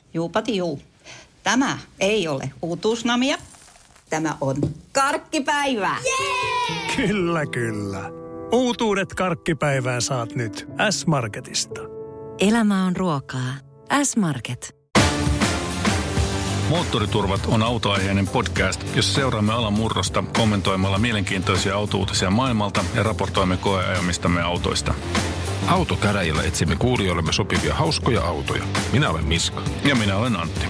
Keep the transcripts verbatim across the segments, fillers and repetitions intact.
Juupati juu. Tämä ei ole uutuusnamia. Tämä on karkkipäivää. Yeah! Kyllä, kyllä. Uutuudet karkkipäivää saat nyt S-Marketista. Elämä on ruokaa. S-Market. Moottoriturvat on autoaiheinen podcast, jossa seuraamme alan murrosta kommentoimalla mielenkiintoisia autouutisia maailmalta ja raportoimme koeajamistamme autoista. Autokäräjillä etsimme kuulijoillemme sopivia hauskoja autoja. Minä olen Miska. Ja minä olen Antti.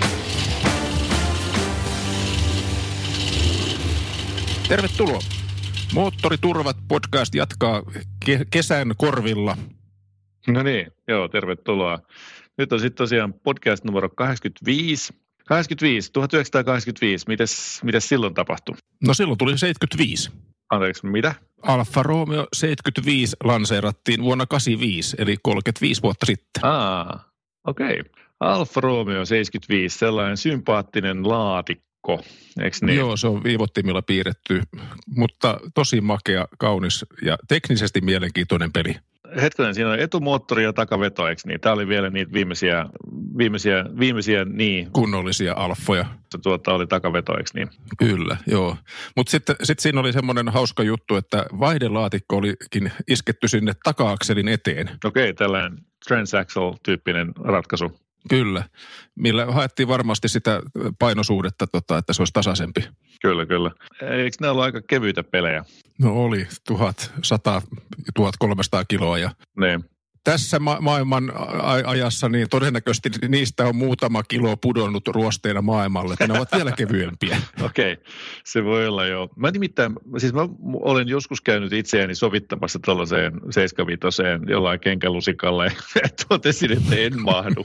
Tervetuloa. Moottoriturvat podcast jatkaa ke- kesän korvilla. No niin, joo, tervetuloa. Nyt on sitten tosiaan podcast numero kahdeksankymmentäviisi. kahdeksankymmentäviisi, tuhatyhdeksänsataakahdeksankymmentäviisi. Mites, mites silloin tapahtui? No silloin tuli seitsemänkymmentäviisi. Anteeksi, mitä? Alfa Romeo seitsemänkymmentäviisi lanseerattiin vuonna kahdeksankymmentäviisi, eli kolmekymmentäviisi vuotta sitten. Aa, okei. Okay. Alfa Romeo seitsemänkymmentäviisi, sellainen sympaattinen laatikko, eikö niin? Joo, se on viivottimilla piirretty, mutta tosi makea, kaunis ja teknisesti mielenkiintoinen peli. Hetkinen, siinä on etumoottori ja takaveto, eikö niin? Tämä oli vielä niitä viimeisiä, viimeisiä, viimeisiä niin. Kunnollisia alfoja. Tuota oli takaveto, eikö niin? Kyllä, joo. Mutta sitten sit siinä oli semmoinen hauska juttu, että vaihdelaatikko olikin isketty sinne taka-akselin eteen. Okei, tällainen transaxle-tyyppinen ratkaisu. Kyllä, millä haettiin varmasti sitä painosuhdetta, tota, että se olisi tasaisempi. Kyllä, kyllä. Eikö ne ollut aika kevyitä pelejä? No oli, tuhatsata tuhatkolmesataa kiloa ja niin. Tässä ma- maailman ajassa niin todennäköisesti niistä on muutama kilo pudonnut ruosteina maailmalle, että ne ovat vielä kevyempiä. Okei, okay. Se voi olla jo. Mä nimittäin, siis mä olen joskus käynyt itseäni sovittamassa tuollaiseen seiskavitoseen jollain kenkälusikalle, ja totesin, että en mahdu.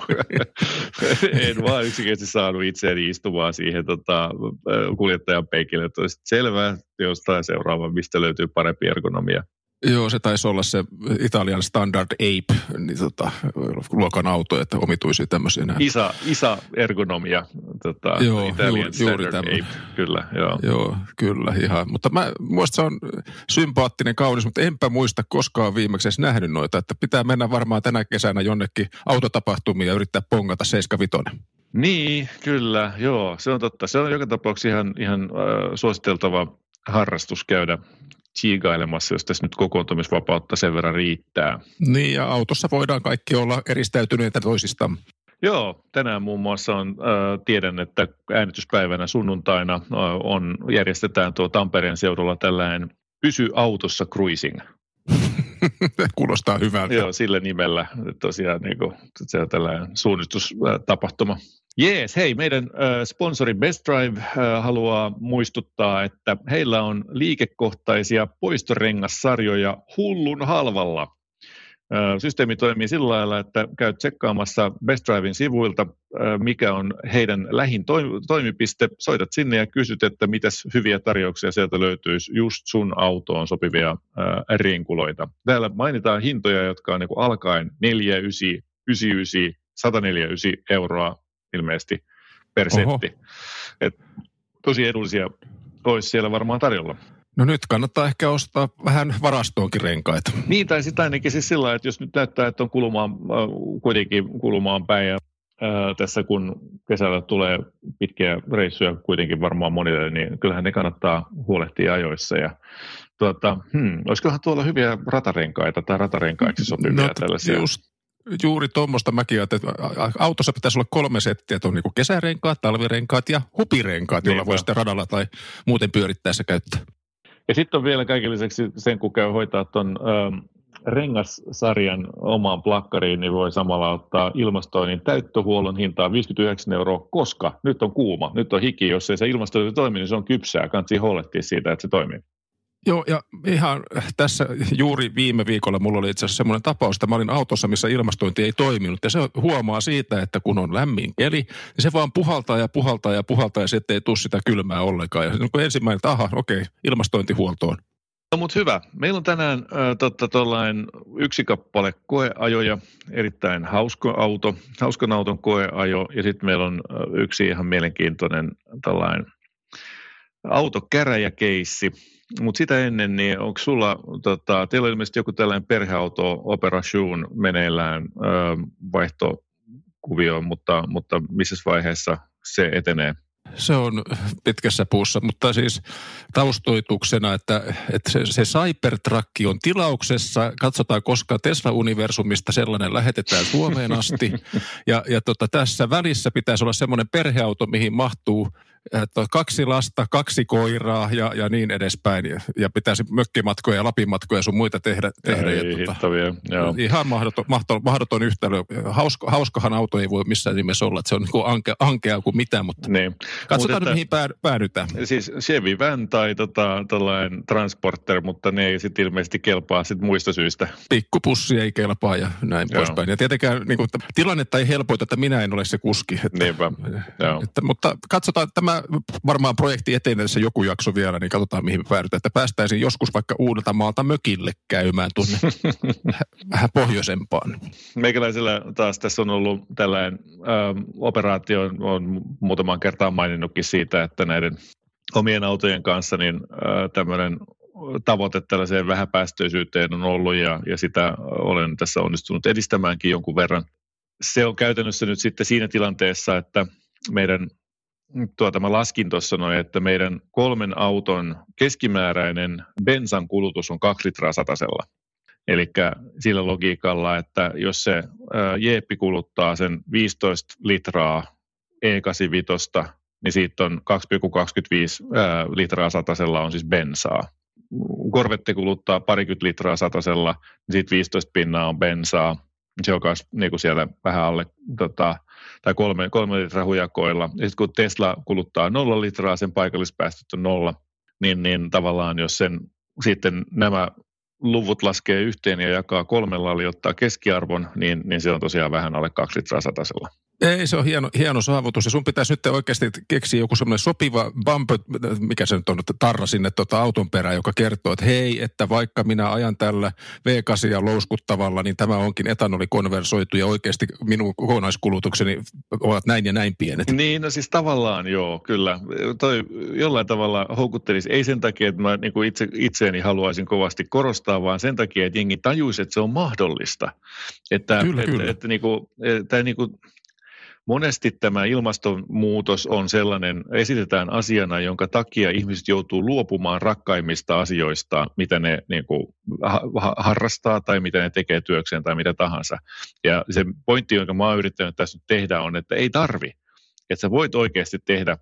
En vaan yksinkertaisesti saanut itseäni istumaan siihen tota, kuljettajan penkille. Että olisi selvää jostain seuraava, mistä löytyy parempi ergonomia. Joo, se taisi olla se Italian Standard Ape, niin tota, luokan auto, että omituisi tämmöisenä. Isa, isa ergonomia, tota, joo, Italian juuri, Standard juuri Ape, kyllä. Joo. joo, kyllä, ihan. Mutta mä muista se on sympaattinen, kaunis, mutta enpä muista koskaan viimeksi edes nähnyt noita, että pitää mennä varmaan tänä kesänä jonnekin autotapahtumiin ja yrittää pongata seitsemänkymmentäviisi. Niin, kyllä, joo, se on totta. Se on joka tapauksessa ihan, ihan äh, suositeltava harrastus käydä chiigailemassa, jos tässä nyt kokoontumisvapautta sen verran riittää. Niin, ja autossa voidaan kaikki olla eristäytyneitä toisistaan. Joo, tänään muun muassa on, äh, tiedän, että äänityspäivänä sunnuntaina äh, on, järjestetään tuo Tampereen seudulla tällainen Pysy autossa cruising. Kuulostaa hyvältä. Joo, sillä nimellä tosiaan niin kuin, se on tällainen suunnistustapahtuma. Jees, hei, meidän äh, sponsori Best Drive äh, haluaa muistuttaa, että heillä on liikekohtaisia poistorengassarjoja hullun halvalla. Äh, systeemi toimii sillä lailla, että käyt tsekkaamassa Best Driven sivuilta, äh, mikä on heidän lähin toimipiste. Soitat sinne ja kysyt, että mitäs hyviä tarjouksia sieltä löytyisi just sun autoon sopivia äh, renkuloita. Täällä mainitaan hintoja, jotka on niin kuin alkaen neljä yhdeksän, yhdeksän yhdeksän, sata neljäkymmentäyhdeksän euroa ilmeisesti per setti. Et tosi edullisia olisi siellä varmaan tarjolla. No nyt kannattaa ehkä ostaa vähän varastoonkin renkaita. Niin, tai sitä ainakin siis sillä lailla, että jos nyt näyttää, että on kulumaan, äh, kuitenkin kulumaan päin ja äh, tässä kun kesällä tulee pitkiä reissuja kuitenkin varmaan monille, niin kyllähän ne kannattaa huolehtia ajoissa. Ja tuota, hmm, olisikohan tuolla hyviä ratarenkaita tai ratarenkaiksi sopivia no, tällaisia? Just. Juuri tuommoista mäkin ajattelin, että autossa pitäisi olla kolme settiä, että on niin kuin kesärenkaat, talvirenkaat ja hupirenkaat, joilla voi sitten radalla tai muuten pyörittäessä käyttää. Ja sitten on vielä kaiken lisäksi sen, kun käy hoitaa tuon ähm, rengassarjan omaan plakkariin, niin voi samalla ottaa ilmastoinnin täyttöhuollon hintaa viisikymmentäyhdeksän euroa, koska nyt on kuuma, nyt on hiki. Jos ei se ilmastointi toimi, niin se on kypsää. Kannattaa huolehtia siitä, että se toimii. Joo, ja ihan tässä juuri viime viikolla mulla oli itse asiassa semmoinen tapaus, että mä olin autossa, missä ilmastointi ei toiminut. Ja se huomaa siitä, että kun on lämmin keli, niin se vaan puhaltaa ja puhaltaa ja puhaltaa ja sitten ei tule sitä kylmää ollenkaan. Ja kun ensimmäinen, että aha, okei, ilmastointihuoltoon. No mutta hyvä. Meillä on tänään äh, totta tollain yksi kappale koeajoja, erittäin hauska auto, hauskan auton koeajo. Ja sitten meillä on äh, yksi ihan mielenkiintoinen tällainen autokäräjäkeissi. Mutta sitä ennen, niin onko sulla, tota, teillä on ilmeisesti joku tällainen perheauto-operation meneillään, ö, vaihto, kuvioon, mutta, mutta missä vaiheessa se etenee? Se on pitkässä puussa, mutta siis taustoituksena, että, että se, se Cybertruck on tilauksessa. Katsotaan, koska Tesla-universumista sellainen lähetetään Suomeen asti. Ja, ja tota, tässä välissä pitäisi olla semmoinen perheauto, mihin mahtuu että kaksi lasta, kaksi koiraa ja, ja niin edespäin. Ja, ja pitäisi mökkimatkoja ja Lapinmatkoja ja sun muita tehdä. tehdä ei, ja, tota, joo. Ihan mahdoton, mahdoton yhtälö. Hauska, hauskahan auto ei voi missään nimessä olla, että se on niin kuin anke, ankea kuin mitä, mutta niin. Katsotaan nyt, mihin päädytään. Siis Chevy Van tai tota, tällainen Transporter, mutta ne ei sitten ilmeisesti kelpaa sit muista syistä. Pikkupussi ei kelpaa ja näin joo. poispäin. Ja tietenkään niin kuin, tilannetta ei helpoita, että minä en ole se kuski. Että, Niinpä, joo. Että, mutta katsotaan, tämä varmaan projekti etenee joku jakso vielä, niin katsotaan mihin me päädytään. Että päästäisiin joskus vaikka Uudeltamaalta mökille käymään tuonne vähän pohjoisempaan. Meikäläisellä taas tässä on ollut tällainen äh, operaatio, on muutamaan kertaan maininnutkin siitä, että näiden omien autojen kanssa niin äh, tämmöinen tavoite tällaiseen vähäpäästöisyyteen on ollut ja, ja sitä olen tässä onnistunut edistämäänkin jonkun verran. Se on käytännössä nyt sitten siinä tilanteessa, että meidän Tuota, mä laskin tuossa noin, että meidän kolmen auton keskimääräinen bensan kulutus on kaksi litraa satasella. Eli sillä logiikalla, että jos se ää, jeeppi kuluttaa sen viisitoista litraa E kahdeksankymmentäviisi, niin siitä on kaksi pilkku kaksikymmentäviisi ää, litraa satasella on siis bensaa. Corvette kuluttaa parikymmentä litraa satasella, niin siitä viisitoista pinnaa on bensaa. Se on myös niin siellä vähän alle tota, tai kolme, kolme litraa hujakoilla. Ja sitten kun Tesla kuluttaa nolla litraa, sen paikallispäästöt on nolla, niin, niin tavallaan jos sen sitten nämä luvut laskee yhteen ja jakaa kolmella, eli ottaa keskiarvon, niin, niin se on tosiaan vähän alle kaksi litraa satasella. Ei, se on hieno, hieno saavutus ja sun pitäisi nyt oikeasti keksiä joku semmoinen sopiva bumper, mikä se nyt on, tarra sinne tuota auton perään, joka kertoo, että hei, että vaikka minä ajan tällä V kahdeksan louskuttavalla, niin tämä onkin etanolikonversoitu ja oikeasti minun kokonaiskulutukseni ovat näin ja näin pienet. Niin, no siis tavallaan joo, kyllä. Toi jollain tavalla houkuttelisi, ei sen takia, että mä niin kuin itse, itseäni haluaisin kovasti korostaa, vaan sen takia, että jengi tajuisi, että se on mahdollista. Että, kyllä, että, kyllä. Että, että, niin kuin, että niin kuin monesti tämä ilmastonmuutos on sellainen, esitetään asiana, jonka takia ihmiset joutuu luopumaan rakkaimmista asioista, mitä ne niin kuin, ha- harrastaa tai mitä ne tekee työkseen tai mitä tahansa. Ja se pointti, jonka mä oon yrittänyt tässä nyt tehdä, on, että ei tarvi. Että sä voit oikeasti tehdä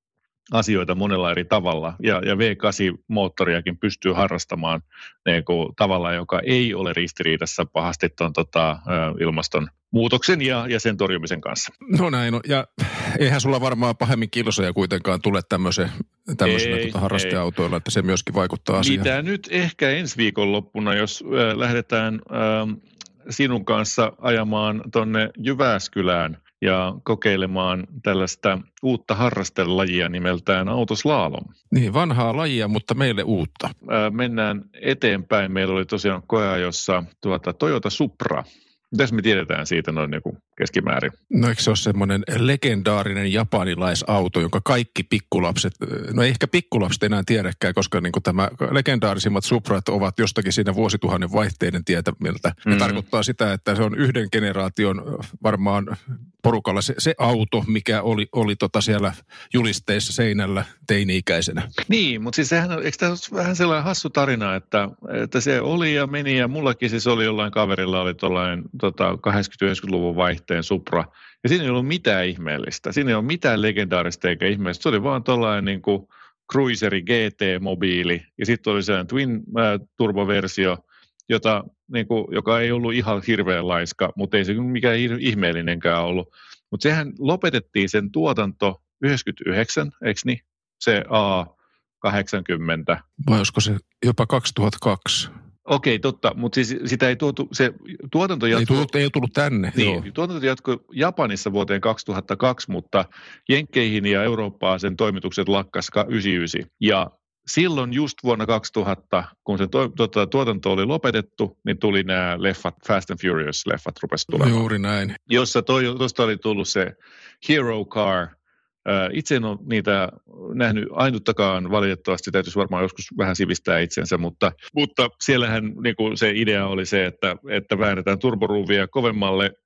asioita monella eri tavalla, ja, ja V kahdeksan-moottoriakin pystyy harrastamaan niin kuin, tavalla, joka ei ole ristiriidassa pahasti tuon tota, ilmastonmuutoksen ja, ja sen torjumisen kanssa. No näin on, ja eihän sulla varmaan pahemmin kilsoja kuitenkaan tule tämmöisen, tämmöisenä tuota harrasteautoilla, että se myöskin vaikuttaa asiaan. Mitä nyt ehkä ensi viikonloppuna, jos äh, lähdetään äh, sinun kanssa ajamaan tuonne Jyväskylään, ja kokeilemaan tällaista uutta harrastelajia nimeltään autoslalom. Niin, vanhaa lajia, mutta meille uutta. Ää, mennään eteenpäin. Meillä oli tosiaan koeajossa tuota Toyota Supra. Mitäs me tiedetään siitä noin niin kuin keskimäärin? No eikö se ole semmoinen legendaarinen japanilaisauto, jonka kaikki pikkulapset, no ei ehkä pikkulapset enää tiedäkään, koska niin kuin tämä legendaarisimmat Suprat ovat jostakin siinä vuosituhannen vaihteiden tietämiltä. Mm-hmm. Ja tarkoittaa sitä, että se on yhden generaation varmaan porukalla se, se auto, mikä oli, oli tota siellä julisteissa seinällä teini-ikäisenä. Niin, mutta siis sehän on, eikö tämä ole vähän sellainen hassu tarina, että, että se oli ja meni ja mullakin siis oli jollain kaverilla oli tuollainen tota, kahdeksankymmentä-yhdeksänkymmentäluvun vaihteen Supra. Ja siinä ei ollut mitään ihmeellistä. Siinä ei ole mitään legendaarista eikä ihmeellistä. Se oli vaan tuollainen niin kuin cruiseri G T-mobiili. Ja sitten oli sellainen twin-turboversio, jota, niin kuin, joka ei ollut ihan hirveän laiska, mutta ei se mikään ihmeellinenkään ollut. Mutta sehän lopetettiin sen tuotanto yhdeksänkymmentäyhdeksän, eikö niin? Se A kahdeksankymmentä. Vai olisiko se jopa kaksituhattakaksi? Okei, totta, mutta siis sitä ei tuotu, se tuotanto jatkui... Ei tullut, ei tullut tänne, niin, joo. Tuotanto jatkui Japanissa vuoteen kaksituhattakaksi, mutta Jenkkeihin ja Eurooppaan sen toimitukset lakkas yhdeksänkymmentäyhdeksän. Ja silloin just vuonna kaksituhatta, kun se to, tuota, tuotanto oli lopetettu, niin tuli nämä leffat, Fast and Furious-leffat rupesi tulemaan. Juuri näin. Jossa tuosta oli tullut se Hero Car. Itse en ole niitä nähnyt ainuttakaan, valitettavasti täytyisi varmaan joskus vähän sivistää itsensä, mutta, mutta siellähän niin kuin se idea oli se, että, että väännetään turboruuvia kovemmalle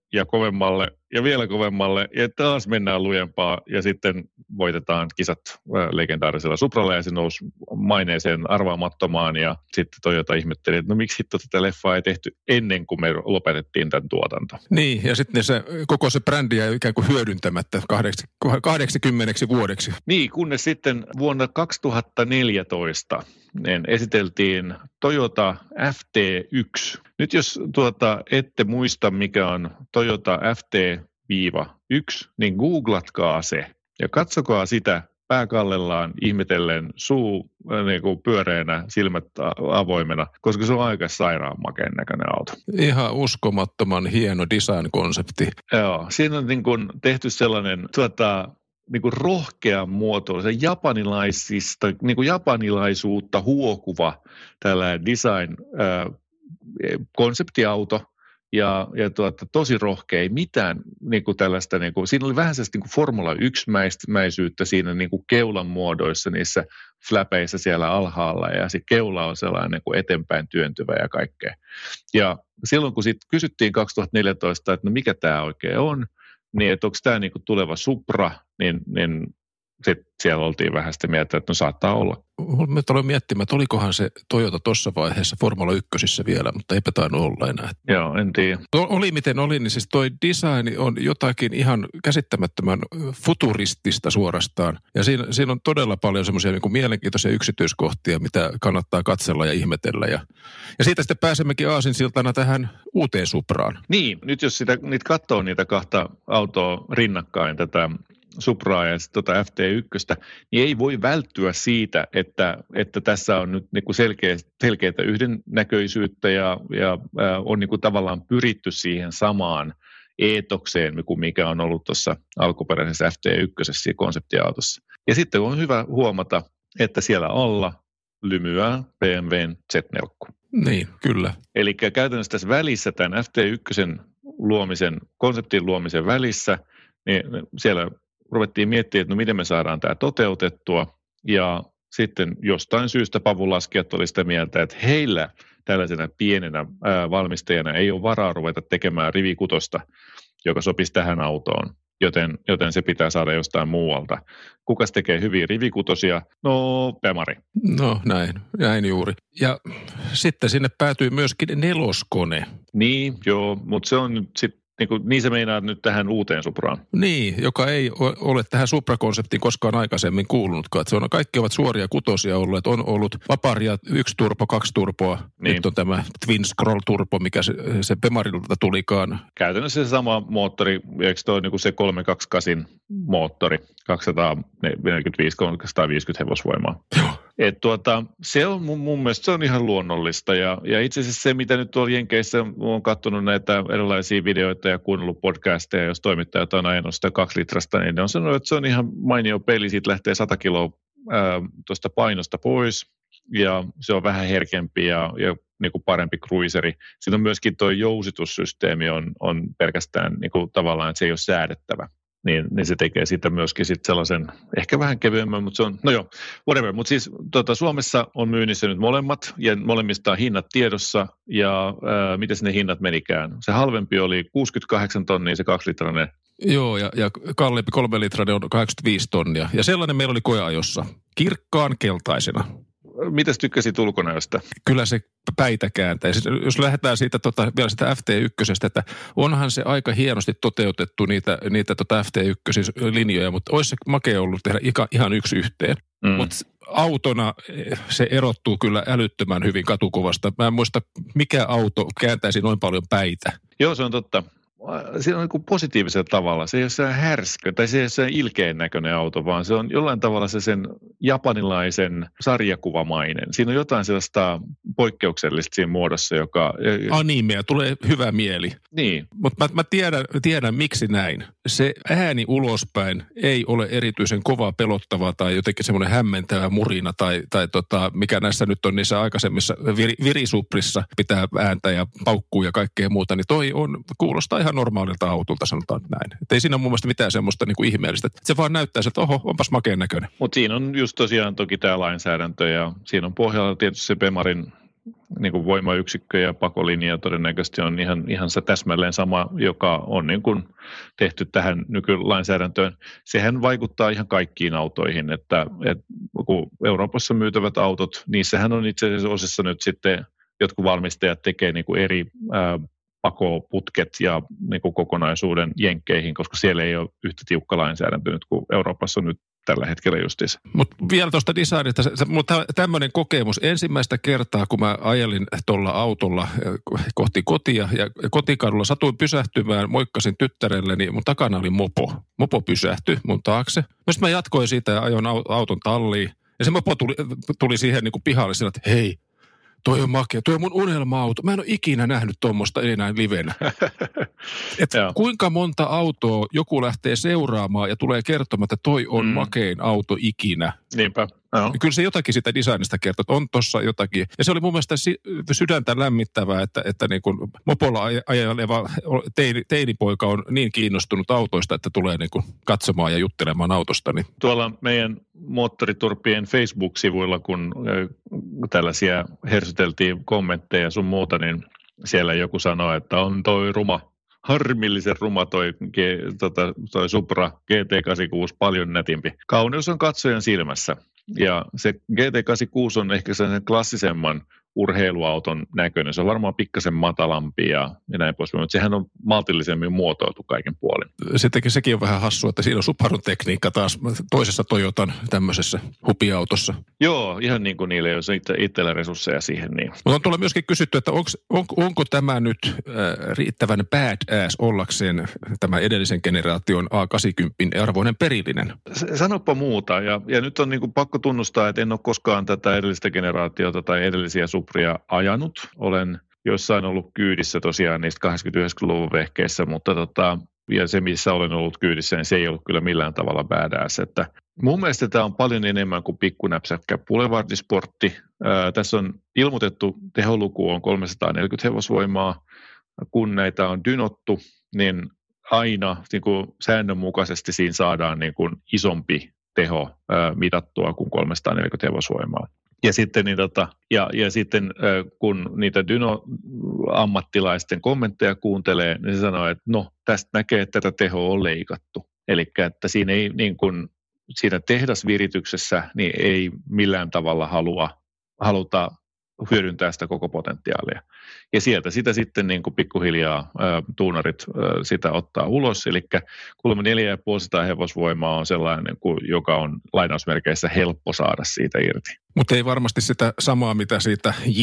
ja kovemmalle ja vielä kovemmalle ja taas mennään lujempaa ja sitten voitetaan kisat legendaarisella Supralla ja se nousi maineeseen arvaamattomaan ja sitten Toyota ihmetteli, että no miksi hitto tätä leffaa ei tehty ennen kuin me lopetettiin tämän tuotanto. Niin ja sitten se, koko se brändi jäi ikään kuin hyödyntämättä kahdeksankymmentä vuodeksi. Niin, kunnes sitten vuonna kaksituhattaneljätoista niin esiteltiin Toyota F T yksi. Nyt jos tuota, ette muista, mikä on Toyota F T yksi, niin googlatkaa se ja katsokaa sitä pääkallellaan ihmetellen, suu niin kuin pyöreänä, silmät avoimena, koska se on aika sairaan makeen näköinen auto. Ihan uskomattoman hieno design-konsepti. Joo, siinä on niin kuin tehty sellainen tuota, niin kuin rohkea muoto, se japanilaisista, niin kuin japanilaisuutta huokuva tällainen design-konseptiauto, ja, ja tuota, tosi rohkea, ei mitään niin kuin tällaista, niin kuin, siinä oli vähän sellaista niin kuin Formula yksi-mäisyyttä siinä niin kuin keulan muodoissa, niissä fläpeissä siellä alhaalla, ja se keula on sellainen niin kuin eteenpäin työntyvä ja kaikkea. Ja silloin, kun sitten kysyttiin kaksituhattaneljätoista, että no mikä tämä oikein on, niin että onko tämä niin kuin tuleva Supra, niin, niin sitten siellä oltiin vähän sitä mieltä, että no saattaa olla. Mä aloin miettimään, että olikohan se Toyota tuossa vaiheessa Formula ykkösissä vielä, mutta eipä tainnut olla enää. Joo, en tiedä. Oli miten oli, niin siis toi design on jotakin ihan käsittämättömän futuristista suorastaan. Ja siinä, siinä on todella paljon semmoisia niin kuin mielenkiintoisia yksityiskohtia, mitä kannattaa katsella ja ihmetellä. Ja, ja siitä sitten pääsemmekin aasinsiltana tähän uuteen Supraan. Niin, nyt jos sitä, niitä katsoo niitä kahta autoa rinnakkain, tätä Supraa ja tota F T yksi, niin ei voi välttyä siitä, että, että tässä on nyt niinku selkeä, selkeää yhdennäköisyyttä ja, ja äh, on niinku tavallaan pyritty siihen samaan eetokseen, kuin mikä on ollut tuossa alkuperäisessä F T yksi konseptiautossa. Ja sitten on hyvä huomata, että siellä alla lymyää B M W:n Z neljä. Niin, kyllä. Eli käytännössä tässä välissä, tämän F T yksi luomisen, konseptin luomisen välissä, niin siellä ruvettiin miettimään, että no miten me saadaan tämä toteutettua, ja sitten jostain syystä pavunlaskijat oli sitä mieltä, että heillä tällaisena pienenä ää, valmistajana ei ole varaa ruveta tekemään rivikutosta, joka sopisi tähän autoon, joten, joten se pitää saada jostain muualta. Kukas tekee hyviä rivikutosia? No, Bemari. No, näin, näin juuri. Ja sitten sinne päätyy myöskin neloskone. Niin, joo, mutta se on nyt sitten, Niin, kuin, niin se meinaa nyt tähän uuteen Supraan. Niin, joka ei ole tähän Supra-konseptiin koskaan aikaisemmin kuulunutkaan. Se on, kaikki ovat suoria kutosia olleet. On ollut Vaparia yksi turbo, kaksi turboa. Niin. Nyt on tämä Twin Scroll turbo, mikä se, se Bemarilta tulikaan. Käytännössä se sama moottori, eikö toi niin kuin se kolmesataakaksikymmentäkahdeksan moottori, kaksisataaneljäkymmentäviisi kaksisataaviisikymmentä hevosvoimaa. Joo. Et tuota, se on mun, mun mielestä se on ihan luonnollista ja, ja itse asiassa se, mitä nyt tuolla Jenkeissä on katsonut näitä erilaisia videoita ja kuunnellut podcasteja, jos toimittajat on ajanut sitä kaksi litrasta, niin ne on sanonut, että se on ihan mainio peli, siitä lähtee sata kiloa tuosta painosta pois ja se on vähän herkempi ja, ja niin kuin parempi cruiseri. Siinä on myöskin tuo jousitussysteemi on, on pelkästään niin kuin tavallaan, että se ei ole säädettävä. Niin, niin se tekee siitä myöskin sit sellaisen, ehkä vähän kevyemmän, mutta se on, no joo, whatever. Mutta siis tota, Suomessa on myynnissä nyt molemmat, ja molemmista on hinnat tiedossa, ja ää, miten ne hinnat menikään? Se halvempi oli kuusikymmentäkahdeksan tonnia, se kaksilitrainen. Joo, ja, ja kalliimpi kolme litrainen on kahdeksankymmentäviisi tonnia, ja sellainen meillä oli koeajossa, kirkkaan keltaisena. Mitäs tykkäsit ulkonäöstä? Kyllä se päitä kääntää. Jos lähdetään siitä tota, vielä sitä F T yksi, että onhan se aika hienosti toteutettu niitä, niitä tota F T yksi linjoja, mutta olisi se makea ollut tehdä ihan yksi yhteen. Mm. Mutta autona se erottuu kyllä älyttömän hyvin katukuvasta. Mä en muista, mikä auto kääntäisi noin paljon päitä. Joo, se on totta. Se on niin positiivisella tavalla. Se ei ole se härskä tai se ei ole se ilkeän näköinen auto, vaan se on jollain tavalla se sen japanilaisen sarjakuvamainen. Siinä on jotain sellaista poikkeuksellista siinä muodossa, joka... Animea, tulee hyvä mieli. Niin. Mutta mä, mä tiedän, tiedän, miksi näin. Se ääni ulospäin ei ole erityisen kova pelottava tai jotenkin semmoinen hämmentävä murina tai, tai tota, mikä näissä nyt on niissä aikaisemmissa vir, virisuprissa pitää ääntä ja paukkuu ja kaikkea muuta, niin toi on, kuulostaa ihan normaalilta autolta, sanotaan näin. Et ei siinä ole mun mielestä mitään semmoista niinku ihmeellistä. Se vaan näyttää, että oho, onpas makeen näköinen. Mutta siinä on just tosiaan toki tämä lainsäädäntö ja siinä on pohjalla tietysti se Bemarin niin kuin voimayksikkö ja pakolinja todennäköisesti on ihan, ihan se täsmälleen sama, joka on niin kuin tehty tähän nykylainsäädäntöön. Sehän vaikuttaa ihan kaikkiin autoihin, että, että kun Euroopassa myytävät autot, niissähän on itse asiassa osissa nyt sitten jotkut valmistajat tekee niin kuin eri ää, pakoputket ja niin kuin kokonaisuuden jenkkeihin, koska siellä ei ole yhtä tiukka lainsäädäntö nyt kuin Euroopassa on nyt tällä hetkellä justiinsa. Mutta vielä tuosta designista, mutta tämmöinen kokemus, ensimmäistä kertaa kun mä ajelin tuolla autolla kohti kotia ja kotikadulla satuin pysähtymään, moikkasin tyttärelleni, mun takana oli mopo. Mopo pysähtyi mun taakse. Myös mä jatkoin siitä ja ajoin auton talliin ja se mopo tuli, tuli siihen niin kuin pihalle sillä, että hei, toi on makea, toi on mun unelma-auto. Mä en ole ikinä nähnyt tuommoista enää livenä. Et kuinka monta autoa joku lähtee seuraamaan ja tulee kertomaan, että toi on mm. makein auto ikinä. Niinpä. No. Kyllä se jotakin sitä designista kertoo, että on tossa jotakin. Ja se oli mun mielestä sydäntä lämmittävää, että, että niin kuin mopolla ajeleva teini, teinipoika on niin kiinnostunut autoista, että tulee niin kuin katsomaan ja juttelemaan autosta. Niin. Tuolla meidän moottoriturpien Facebook-sivuilla, kun tällaisia hersyteltiin kommentteja sun muuta, niin siellä joku sanoi, että on toi ruma. Harmillisen ruma toi, tota, toi Supra G T kahdeksankymmentäkuusi paljon nätimpi. Kauneus on katsojan silmässä ja se G T kahdeksankymmentäkuusi on ehkä sen klassisemman urheiluauton näköinen. Se on varmaan pikkasen matalampi ja, ja näin pois, mutta sehän on maltillisemmin muotoiltu kaiken puolin. Sittenkin sekin on vähän hassua, että siinä on Subarun tekniikka taas toisessa Toyotan tämmöisessä hupiautossa. Joo, ihan niin kuin niille, jos itse, itsellä resursseja siihen. Niin. Mutta on tuolla myöskin kysytty, että onko, on, onko tämä nyt äh, riittävän badass ollakseen tämä edellisen generaation A kahdeksankymmentä arvoinen perillinen? Sanoppa muuta ja, ja nyt on niin kuin pakko tunnustaa, että en ole koskaan tätä edellistä generaatiota tai edellisiä Supria ajanut. Olen jossain ollut kyydissä tosiaan niistä kahdeksankymmentä-yhdeksänkymmentäluvun vehkeissä, mutta tota, ja se missä olen ollut kyydissä, niin se ei ollut kyllä millään tavalla badass. Että mun mielestä tämä on paljon enemmän kuin pikkunäpsäkkä boulevardisportti. Ää, tässä on ilmoitettu teholuku on kolmesataaneljäkymmentä hevosvoimaa. Kun näitä on dynottu, niin aina niin kuin säännönmukaisesti siinä saadaan niin kuin isompi teho ää, mitattua kuin kolmesataaneljäkymmentä hevosvoimaa. Ja sitten, niin tota, ja, ja sitten kun niitä dyno-ammattilaisten kommentteja kuuntelee, niin se sanoo, että no tästä näkee, että tätä tehoa on leikattu. Eli että siinä, ei, niin kuin, siinä tehdasvirityksessä niin ei millään tavalla halua, haluta hyödyntää sitä koko potentiaalia. Ja sieltä sitä sitten niin kuin pikkuhiljaa ää, tuunarit ää, sitä ottaa ulos, eli kuulemma neljätuhattaviisisataa hevosvoimaa on sellainen, joka on lainausmerkeissä helppo saada siitä irti. Mutta ei varmasti sitä samaa, mitä siitä J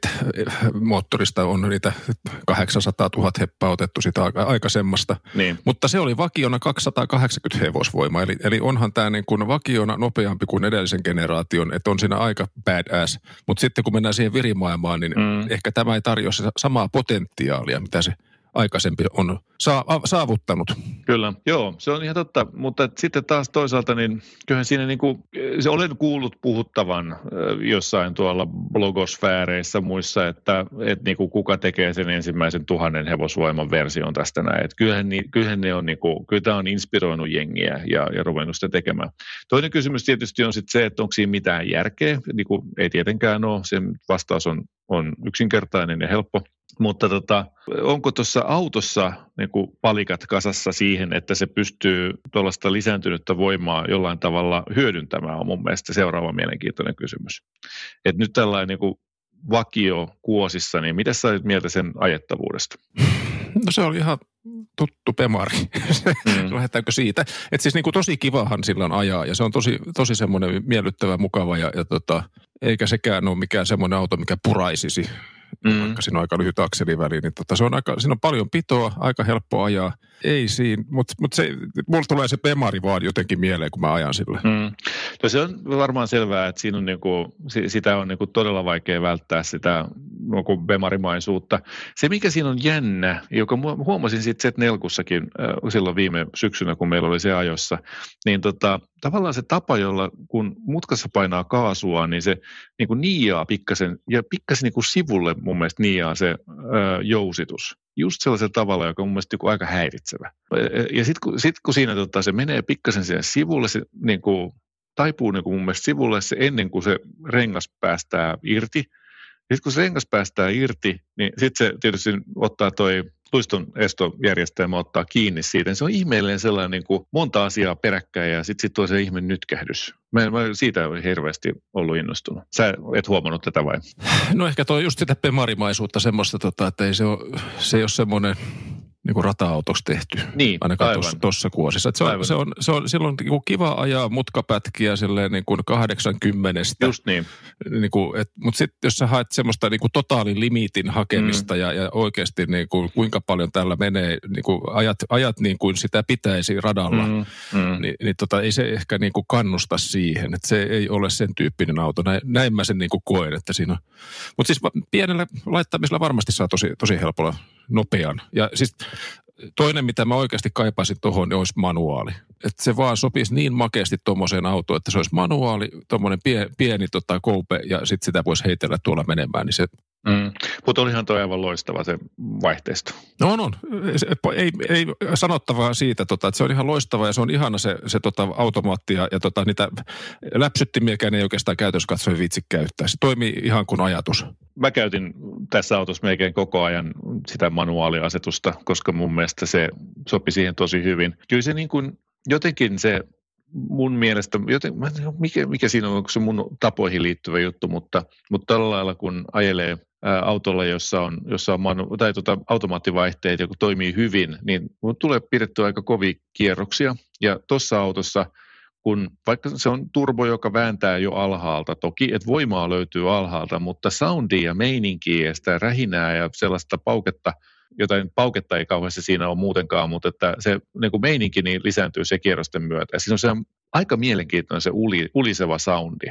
Z-moottorista on, niitä kahdeksansataatuhatta heppaa otettu sitä aikaisemmasta. Niin. Mutta se oli vakiona kaksisataakahdeksankymmentä hevosvoimaa, eli, eli onhan tämä niin kuin vakiona nopeampi kuin edellisen generaation, että on siinä aika badass. Mutta sitten kun mennään siihen virimaailmaan, niin mm. ehkä tämä ei tarjoa samaa potentiaalia, mitä se aikaisempi on saavuttanut. Kyllä, joo, se on ihan totta, mutta sitten taas toisaalta, niin kyllähän siinä niin kuin, se olen kuullut puhuttavan jossain tuolla blogosfääreissä muissa, että, että niin kuin kuka tekee sen ensimmäisen tuhannen hevosvoiman version tästä näin. Että kyllähän, kyllähän ne on, niin kuin, kyllä tämä on inspiroinut jengiä ja, ja ruvennut sitä tekemään. Toinen kysymys tietysti on sitten se, että onko siinä mitään järkeä, niin kuin ei tietenkään ole, sen vastaus on, on yksinkertainen ja helppo. Mutta tota, onko tuossa autossa niin kuin palikat kasassa siihen, että se pystyy tuollaista lisääntynyttä voimaa jollain tavalla hyödyntämään, on mun mielestä seuraava mielenkiintoinen kysymys. Et nyt tällainen niin kuin vakio kuosissa, niin mitä sä olet mieltä sen ajettavuudesta? No se oli ihan tuttu Bemari. Mm. Lähdetäänkö siitä? Että siis niin kuin tosi kivahan sillä on ajaa ja se on tosi, tosi semmoinen miellyttävä, mukava ja, ja tota, eikä sekään ole mikään semmoinen auto, mikä puraisisi. Mm. Vaikka siinä on aika lyhyt akseliväli, niin tota, se on aika, siinä on paljon pitoa, aika helppo ajaa. Ei siinä, mutta mut se, mulla tulee se Bemari vaan jotenkin mieleen, kun mä ajan sillä. Mm. No se on varmaan selvää, että siinä on niinku, sitä on niinku todella vaikea välttää sitä niinku Bemarimaisuutta. Se, mikä siinä on jännä, joka huomasin sitten Z neljä-kussakin äh, silloin viime syksynä, kun meillä oli se ajossa, niin tota, tavallaan se tapa, jolla kun mutkassa painaa kaasua, niin se niin kuin niiaa pikkasen, ja pikkasen niin kuin sivulle mun mielestä niiaa se ö, jousitus. Just sellaisella tavalla, joka on mun mielestä niin kuin aika häiritsevä. Ja sitten kun, sit, kun siinä tota, se menee pikkasen siihen sivulle, se niin kuin, taipuu niin kuin mun mielestä sivulle se ennen kuin se rengas päästää irti, Sitten kun se rengas päästään irti, niin sitten se tietysti ottaa toi luiston estojärjestelmä ottaa kiinni siitä. Se on ihmeellinen sellainen niin kuin monta asiaa peräkkäin ja sitten sit on se ihme nytkähdys. Mä, mä siitä olen hirveästi ollut innostunut. Sä et huomannut tätä vai? No ehkä toi just sitä pemarimaisuutta semmoista, tota, että ei se, ole, se ei ole semmoinen niin kuin rata-autoksi tehty, niin, ainakaan tuossa kuosissa. Se on, se, on, se on silloin niin kuin kiva ajaa mutkapätkiä silleen niin kuin kahdeksankymmentä. Just niin. Niin mutta sitten jos sä haet semmoista niin kuin totaalin limitin hakemista mm. ja, ja oikeasti niin kuin, kuinka paljon tällä menee, niin kuin ajat, ajat niin kuin sitä pitäisi radalla, mm. Mm. niin, niin tota, ei se ehkä niin kuin kannusta siihen. Että se ei ole sen tyyppinen auto. Näin, näin mä sen niin kuin koen, että siinä on. Mutta siis pienellä laittamisella varmasti saa tosi, tosi helpolla nopean. Ja siis toinen, mitä mä oikeasti kaipaisin tuohon, niin olisi manuaali. Että se vaan sopisi niin makeasti tuommoiseen autoon, että se olisi manuaali, tuommoinen pieni, pieni tota, koupe, ja sitten sitä voisi heitellä tuolla menemään. Niin se... mm. Mutta olihan toi aivan loistava se vaihteisto. No on, on. Ei, ei sanottavaa siitä, tota, että se on ihan loistava, ja se on ihana se, se tota, automaatti, ja, ja tota, niitä läpsyttimiäkään ei oikeastaan käytössä katsoen viitsi käyttää. Se toimii ihan kuin ajatus. Mä käytin tässä autossa melkein koko ajan sitä manuaaliasetusta, koska mun mielestä se sopi siihen tosi hyvin. Kyllä se niin kuin jotenkin se mun mielestä, joten, mikä, mikä siinä on, onko se mun tapoihin liittyvä juttu, mutta, mutta tällä lailla kun ajelee ää, autolla, jossa on, jossa on manu, tai tuota, automaattivaihteet, joku toimii hyvin, niin mun tulee pidettyä aika kovia kierroksia. Ja tuossa autossa, kun vaikka se on turbo, joka vääntää jo alhaalta, toki, että voimaa löytyy alhaalta, mutta soundia ja meininkiä ja sitä rähinää ja sellaista pauketta, jotain pauketta ei kauheasti siinä ole muutenkaan, mutta että se niin kuin meininki niin lisääntyy se kierrosten myötä. Ja siinä on se aika mielenkiintoinen se uli, uliseva soundi.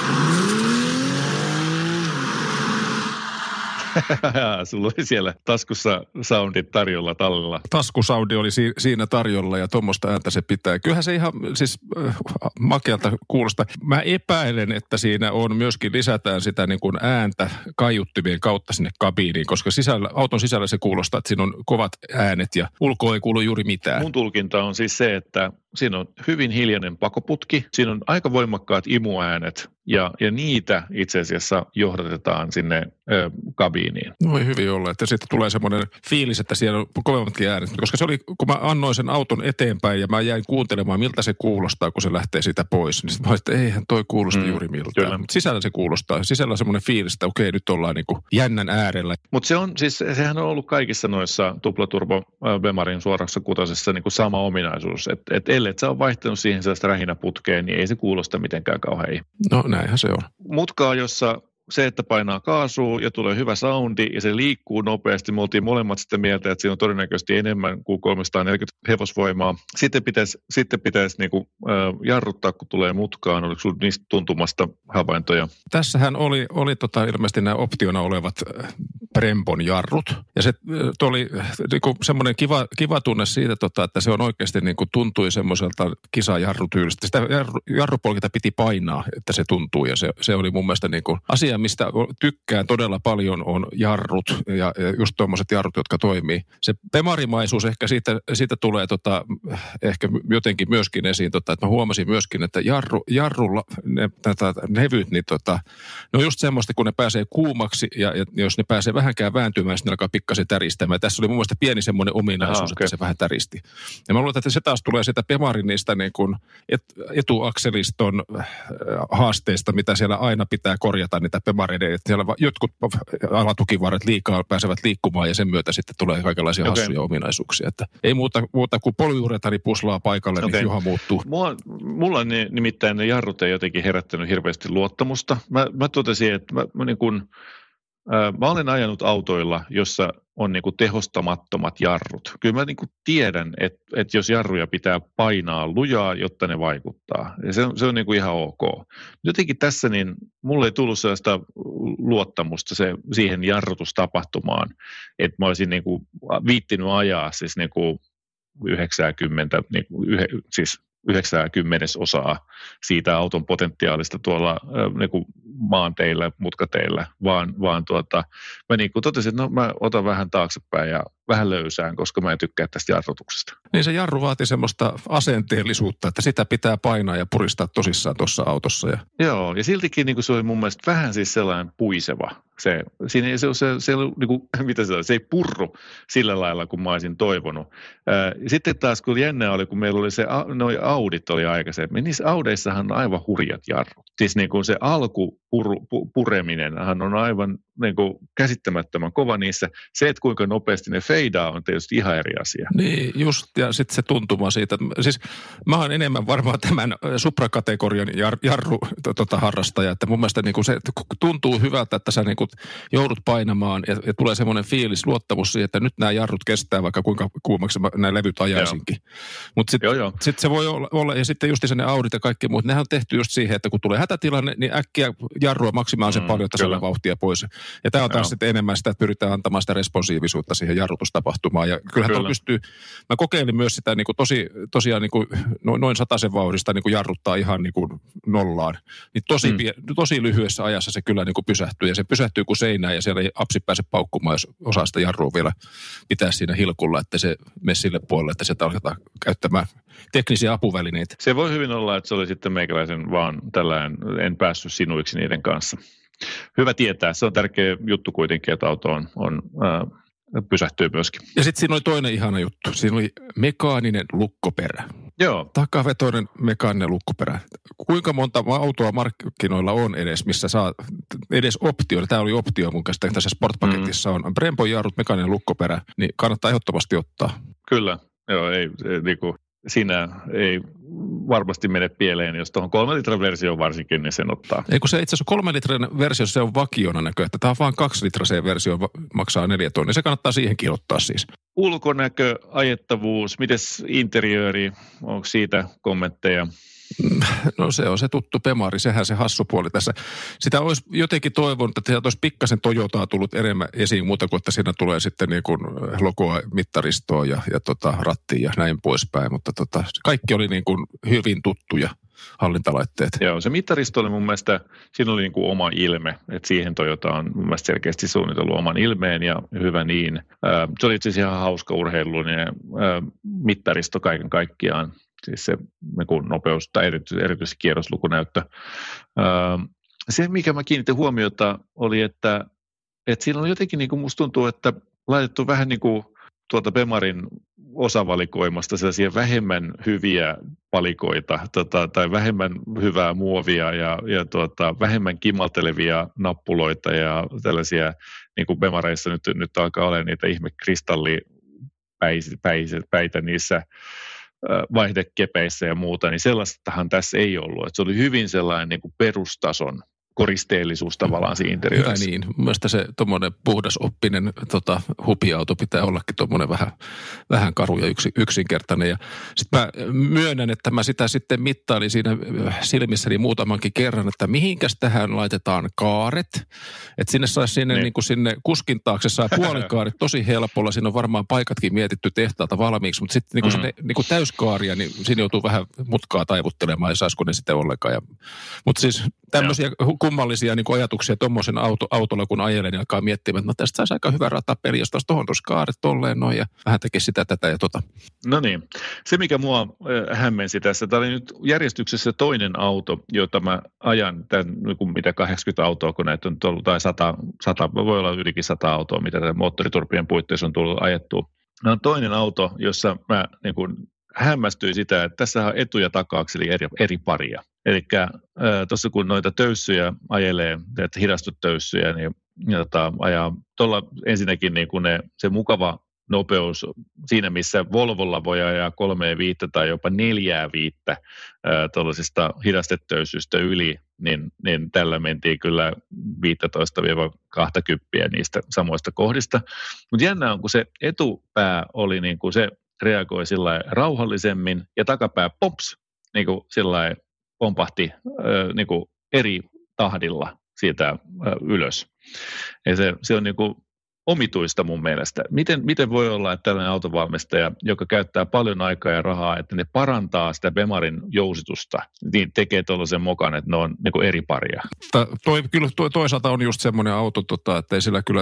Sulla oli siellä taskussa soundit tarjolla tallella. Taskusoundi oli si- siinä tarjolla ja tuommoista ääntä se pitää. Kyllähän se ihan siis äh, makealta kuulostaa. Mä epäilen, että siinä on myöskin lisätään sitä niin kuin ääntä kaiuttimien kautta sinne kabiiniin, koska sisällä, auton sisällä se kuulostaa, että siinä on kovat äänet ja ulkoa ei kuulu juuri mitään. Mun tulkinta on siis se, että siinä on hyvin hiljainen pakoputki, siinä on aika voimakkaat imuäänet ja, ja niitä itse asiassa johdatetaan sinne ö, kabiiniin. Voi hyvin olla, että sitten tulee semmoinen fiilis, että siellä on kovemmatkin äänet, koska se oli, kun mä annoin sen auton eteenpäin ja mä jäin kuuntelemaan, miltä se kuulostaa, kun se lähtee siitä pois, niin sitten mä että eihän toi kuulosta mm, juuri miltään. Mutta sisällä se kuulostaa, sisällä on semmoinen fiilis, että okei, nyt ollaan niinku jännän äärellä. Mutta se on siis, sehän on ollut kaikissa noissa tuplaturbo Bemarin suorassa kutosessa niinku sama ominaisuus, että et ellei sä on vaihtanut siihen sellaista rähinäputkeen, niin ei se kuulosta mitenkään kauhean. No näinhän se on. Mutkaa, jossa se, että painaa kaasua ja tulee hyvä soundi ja se liikkuu nopeasti. Me oltiin molemmat sitä mieltä, että siinä on todennäköisesti enemmän kuin kolmesataaneljäkymmentä hevosvoimaa. Sitten pitäisi, sitten pitäisi niinku, äh, jarruttaa, kun tulee mutkaan. Oliko sinulla niistä tuntumasta havaintoja? Tässähän oli, oli tota, ilmeisesti nämä optiona olevat äh, Brembon jarrut. Ja se äh, oli niinku, semmoinen kiva, kiva tunne siitä, tota, että se on oikeasti niinku, tuntui semmoiselta kisajarrutyylistä. Sitä jarru, jarrupolkita piti painaa, että se tuntuu. Ja se, se oli mun mielestä niinku, asia, mistä tykkään todella paljon, on jarrut ja, ja just tuommoiset jarrut, jotka toimii. Se pemarimaisuus ehkä siitä, siitä tulee tota, ehkä jotenkin myöskin esiin, tota, että mä huomasin myöskin, että jarru, jarrulla ne, tätä, nevyt, niin tota, ne on just semmoista, kun ne pääsee kuumaksi ja, ja jos ne pääsee vähänkään vääntymään, sitten ne alkaa pikkasen täristämään. Tässä oli mun mielestä pieni semmoinen ominaisuus, Aha, okay. että se vähän täristi. Ja mä luulen, että se taas tulee sitä Bemarin niistä niin kuin et, etuakseliston haasteista, mitä siellä aina pitää korjata niitä Bemareiden, että siellä jotkut alatukivarret liikaa pääsevät liikkumaan ja sen myötä sitten tulee kaikenlaisia okay. hassuja ominaisuuksia. Että ei muuta, muuta kuin polyuretani puslaa paikalle, okay. niin Juha muuttuu. Mua, mulla ne, nimittäin ne jarrut ei jotenkin herättänyt hirveästi luottamusta. Mä, mä totesin, että mä, mä, niin kun, äh, mä olen ajanut autoilla, jossa on niin kuin tehostamattomat jarrut. Kyllä mä niin kuin tiedän, että, että jos jarruja pitää painaa lujaa, jotta ne vaikuttaa. Ja se on, se on niin kuin ihan ok. Jotenkin tässä niin mulle ei tullut sellaista luottamusta se, siihen jarrutustapahtumaan, että mä olisin niin kuin viittinyt ajaa siis niin kuin yhdeksänkymmentä, niin kuin yhe, siis yhdeksänkymmentä siitä auton potentiaalista tuolla äh, niin kuin maanteillä, mutkateillä, vaan, vaan tuota, mä niin kuin totesin, että no mä otan vähän taaksepäin ja vähän löysään, koska mä en tykkää tästä jarrutuksesta. Niin se jarru vaati semmoista asenteellisuutta, että sitä pitää painaa ja puristaa tosissaan tuossa autossa. Ja... Joo, ja siltikin niin kuin se oli mun mielestä vähän siis sellainen puiseva. Se, siinä ei, se, se, se, niin kuin, mitä se, on, se ei purru sillä lailla, kuin mä olisin toivonut. Ää, sitten taas kun jännä oli, kun meillä oli se, noi Audit oli aikaisemmin, niin niissä Audeissahan on aivan hurjat jarrut. Siis niin kuin se alku pur, pu, pureminenhan on aivan niin kuin käsittämättömän kova niissä. Se, että kuinka nopeasti ne feidaa, on tietysti ihan eri asia. Niin, just, ja sitten se tuntuma siitä. Siis mä oon enemmän varmaan tämän suprakategorian jar, jarru tota, harrastaja, että mun mielestä niin kuin se tuntuu hyvältä, että sä niin kuin joudut painamaan ja, ja tulee semmoinen fiilis, luottamus siihen, että nyt nämä jarrut kestää vaikka kuinka kuumaksi nämä levyt ajaisinkin. Mutta sitten sit se voi olla, olla, ja sitten just ne Audit ja kaikki muut, nehän on tehty just siihen, että kun tulee hätätilanne, niin äkkiä jarrua maksimaalisen mm, paljon, että saadaan vauhtia pois. Ja tämä on taas sitten enemmän sitä, että pyritään antamaan sitä responsiivisuutta siihen jarrutustapahtumaan. Ja kyllähän Kyllä. pystyy, mä kokeilin myös sitä niin kuin tosi, tosiaan niin kuin noin sataisen vauhdista niin kuin jarruttaa ihan niin kuin nollaan. Niin tosi, mm. tosi lyhyessä ajassa se kyllä niin kuin pysähtyy. Ja se pysähtyy kuin seinään ja siellä ei apsi pääse paukkumaan, jos osaa sitä jarrua vielä pitää siinä hilkulla, että se mene sille puolelle, että sieltä aletaan käyttämään teknisiä apuvälineitä. Se voi hyvin olla, että se oli sitten meikäläisen vaan tällainen, en päässyt sinuiksi niiden kanssa. Hyvä tietää. Se on tärkeä juttu kuitenkin, että auto on, on äh, pysähtyy myöskin. Ja sitten siinä oli toinen ihana juttu. Siinä oli mekaaninen lukkoperä. Joo. Takavetoinen mekaaninen lukkoperä. Kuinka monta autoa markkinoilla on edes, missä saa edes optio. Tämä oli optio mun käsittääkseni tässä Sportpaketissa on. Brembon jarrut, mekaaninen lukkoperä, niin kannattaa ehdottomasti ottaa. Kyllä. Joo, ei, ei niinku... Siinä ei varmasti mene pieleen, jos tuohon kolmen litran versio varsinkin, niin sen ottaa. Ei kun se itse asiassa kolmen litran versio, se on vakiona näkö, että tämä on vaan kaksi litraseen versio maksaa neljä tonnia. Se kannattaa siihenkin ottaa siis. Ulkonäkö, ajettavuus, mites interiööri, onko siitä kommentteja? No se on se tuttu Bemari, sehän se hassu puoli tässä. Sitä olisi jotenkin toivonut, että sieltä olisi pikkasen Toyotaa tullut enemmän esiin muuta kuin, että siinä tulee sitten niin kuin logoa, mittaristoa ja, ja tota, rattia ja näin poispäin. Mutta tota, kaikki oli niin kuin hyvin tuttuja hallintalaitteet. Joo, se mittaristo oli mun mielestä, siinä oli niin kuin oma ilme, että siihen Toyota on mun mielestä selkeästi suunnitellut oman ilmeen ja hyvä niin. Se oli itse asiassa ihan hauska urheilullinen mittaristo kaiken kaikkiaan. Siis se nopeus tai erityisesti, erityisesti kierroslukunäyttö. Se, mikä mä kiinnitin huomiota, oli, että, että siinä oli jotenkin, niin kuin musta tuntuu, että laitettu vähän niin kuin tuolta Bemarin osavalikoimasta sellaisia vähemmän hyviä valikoita tota, tai vähemmän hyvää muovia ja, ja tuota, vähemmän kimaltelevia nappuloita ja tällaisia, niin kuin Bemareissa nyt, nyt alkaa olla niitä ihme kristallipäitä niissä vaihdekepeissä ja muuta, niin sellaistahan tässä ei ollut. Että se oli hyvin sellainen niin kuin perustason koristeellisuus tavallaan siinä interiöörissä. Hyvä niin. Mun mielestä se tuommoinen puhdasoppinen tota, hupiauto pitää ollakin tuommoinen vähän, vähän karu ja yksi, yksinkertainen. Ja sitten mä myönnän, että mä sitä sitten mittailin siinä silmissäni muutamankin kerran, että mihinkäs tähän laitetaan kaaret. Että sinne saisi sinne, niin. Niin kuin sinne kuskin taakse saa puolikaaret tosi helpolla. Siinä on varmaan paikatkin mietitty tehtaalta valmiiksi, mutta sitten niin kuin mm. niin kuin täyskaaria, niin siinä joutuu vähän mutkaa taivuttelemaan ja saisiko ne sitten ollenkaan. Ja, mutta siis tämmöisiä kummallisia niin kuin ajatuksia tuommoisen auto, autolla, kun ajelee, niin alkaa miettimään, että no tästä saisi aika hyvä ratapeli, jos taas tuohon tuossa kaaret tolleen noin ja vähän tekisi sitä, tätä ja tota. No niin. Se, mikä mua äh, hämmensi tässä, tämä oli nyt järjestyksessä toinen auto, jota mä ajan, tämän, niin mitä kahdeksankymmentä autoa, kun näitä on tullut, tai sata, sata, voi olla ylikin sata autoa, mitä tämän moottoriturpien puitteissa on tullut ajettua. No on toinen auto, jossa mä niin kuin hämmästyin sitä, että tässä on etu- ja taka-akseli eri, eri paria. Eli tuossa kun noita töyssyjä ajelee, että hidastuttöyssyjä, niin jota, ajaa tuolla ensinnäkin niin kuin ne, se mukava nopeus siinä, missä Volvolla voi ajaa kolmea viittä tai jopa neljää viittä tuollaisesta hidastetöyssystä yli, niin, niin tällä mentiin kyllä viisitoista kaksikymmentä niistä samoista kohdista. Mutta jännä on, kun se etupää oli niin kuin se reagoi sillä rauhallisemmin ja takapää pops, niin kuin sillä pompahti ö, niin kuin eri tahdilla siitä ö, ylös. Ja se, se on niin kuin omituista mun mielestä. Miten, miten voi olla, että tällainen autovalmistaja, joka käyttää paljon aikaa ja rahaa, että ne parantaa sitä Bemarin jousitusta, niin tekee tuollaisen mokan, että ne on niin kuin eri paria. Toi, kyllä toi, toisaalta on just semmoinen auto, tota, että ei sillä kyllä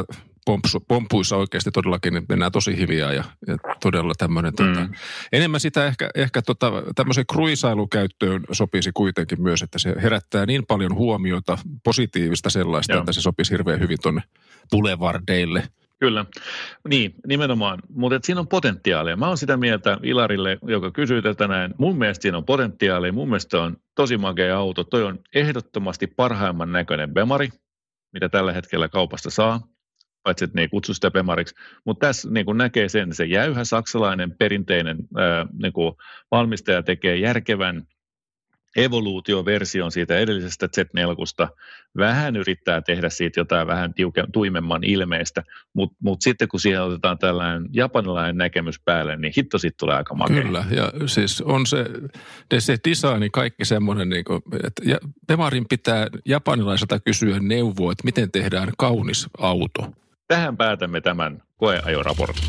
pompsu, pompuissa oikeasti todellakin niin mennään tosi hiljaa ja, ja todella tämmöinen, mm. tota, enemmän sitä ehkä, ehkä tota, tämmöiseen kruisailukäyttöön sopisi kuitenkin myös, että se herättää niin paljon huomiota, positiivista sellaista, Joo. että se sopisi hirveän hyvin tuonne boulevardeille. Kyllä, niin nimenomaan, mutta siinä on potentiaalia. Mä oon sitä mieltä Ilarille, joka kysyy tätä näin. Mun mielestä siinä on potentiaalia, mun mielestä on tosi makea auto. Toi on ehdottomasti parhaimman näköinen Bemari, mitä tällä hetkellä kaupasta saa, paitsi että ne ei kutsu sitä Bemariksi. Mutta tässä niin kun näkee sen, se jäyhä saksalainen perinteinen ää, niin kun valmistaja tekee järkevän evoluutioversion siitä edellisestä Z neljä, vähän yrittää tehdä siitä jotain vähän tiuken, tuimemman ilmeistä, mutta mut sitten kun siihen otetaan tällainen japanilainen näkemys päälle, niin hitto siitä tulee aika makea. Kyllä, ja siis on se, se designi kaikki semmoinen, niin kuin, että Bemarin pitää japanilaiselta kysyä neuvoa, että miten tehdään kaunis auto. Tähän päätämme tämän koeajoraportin.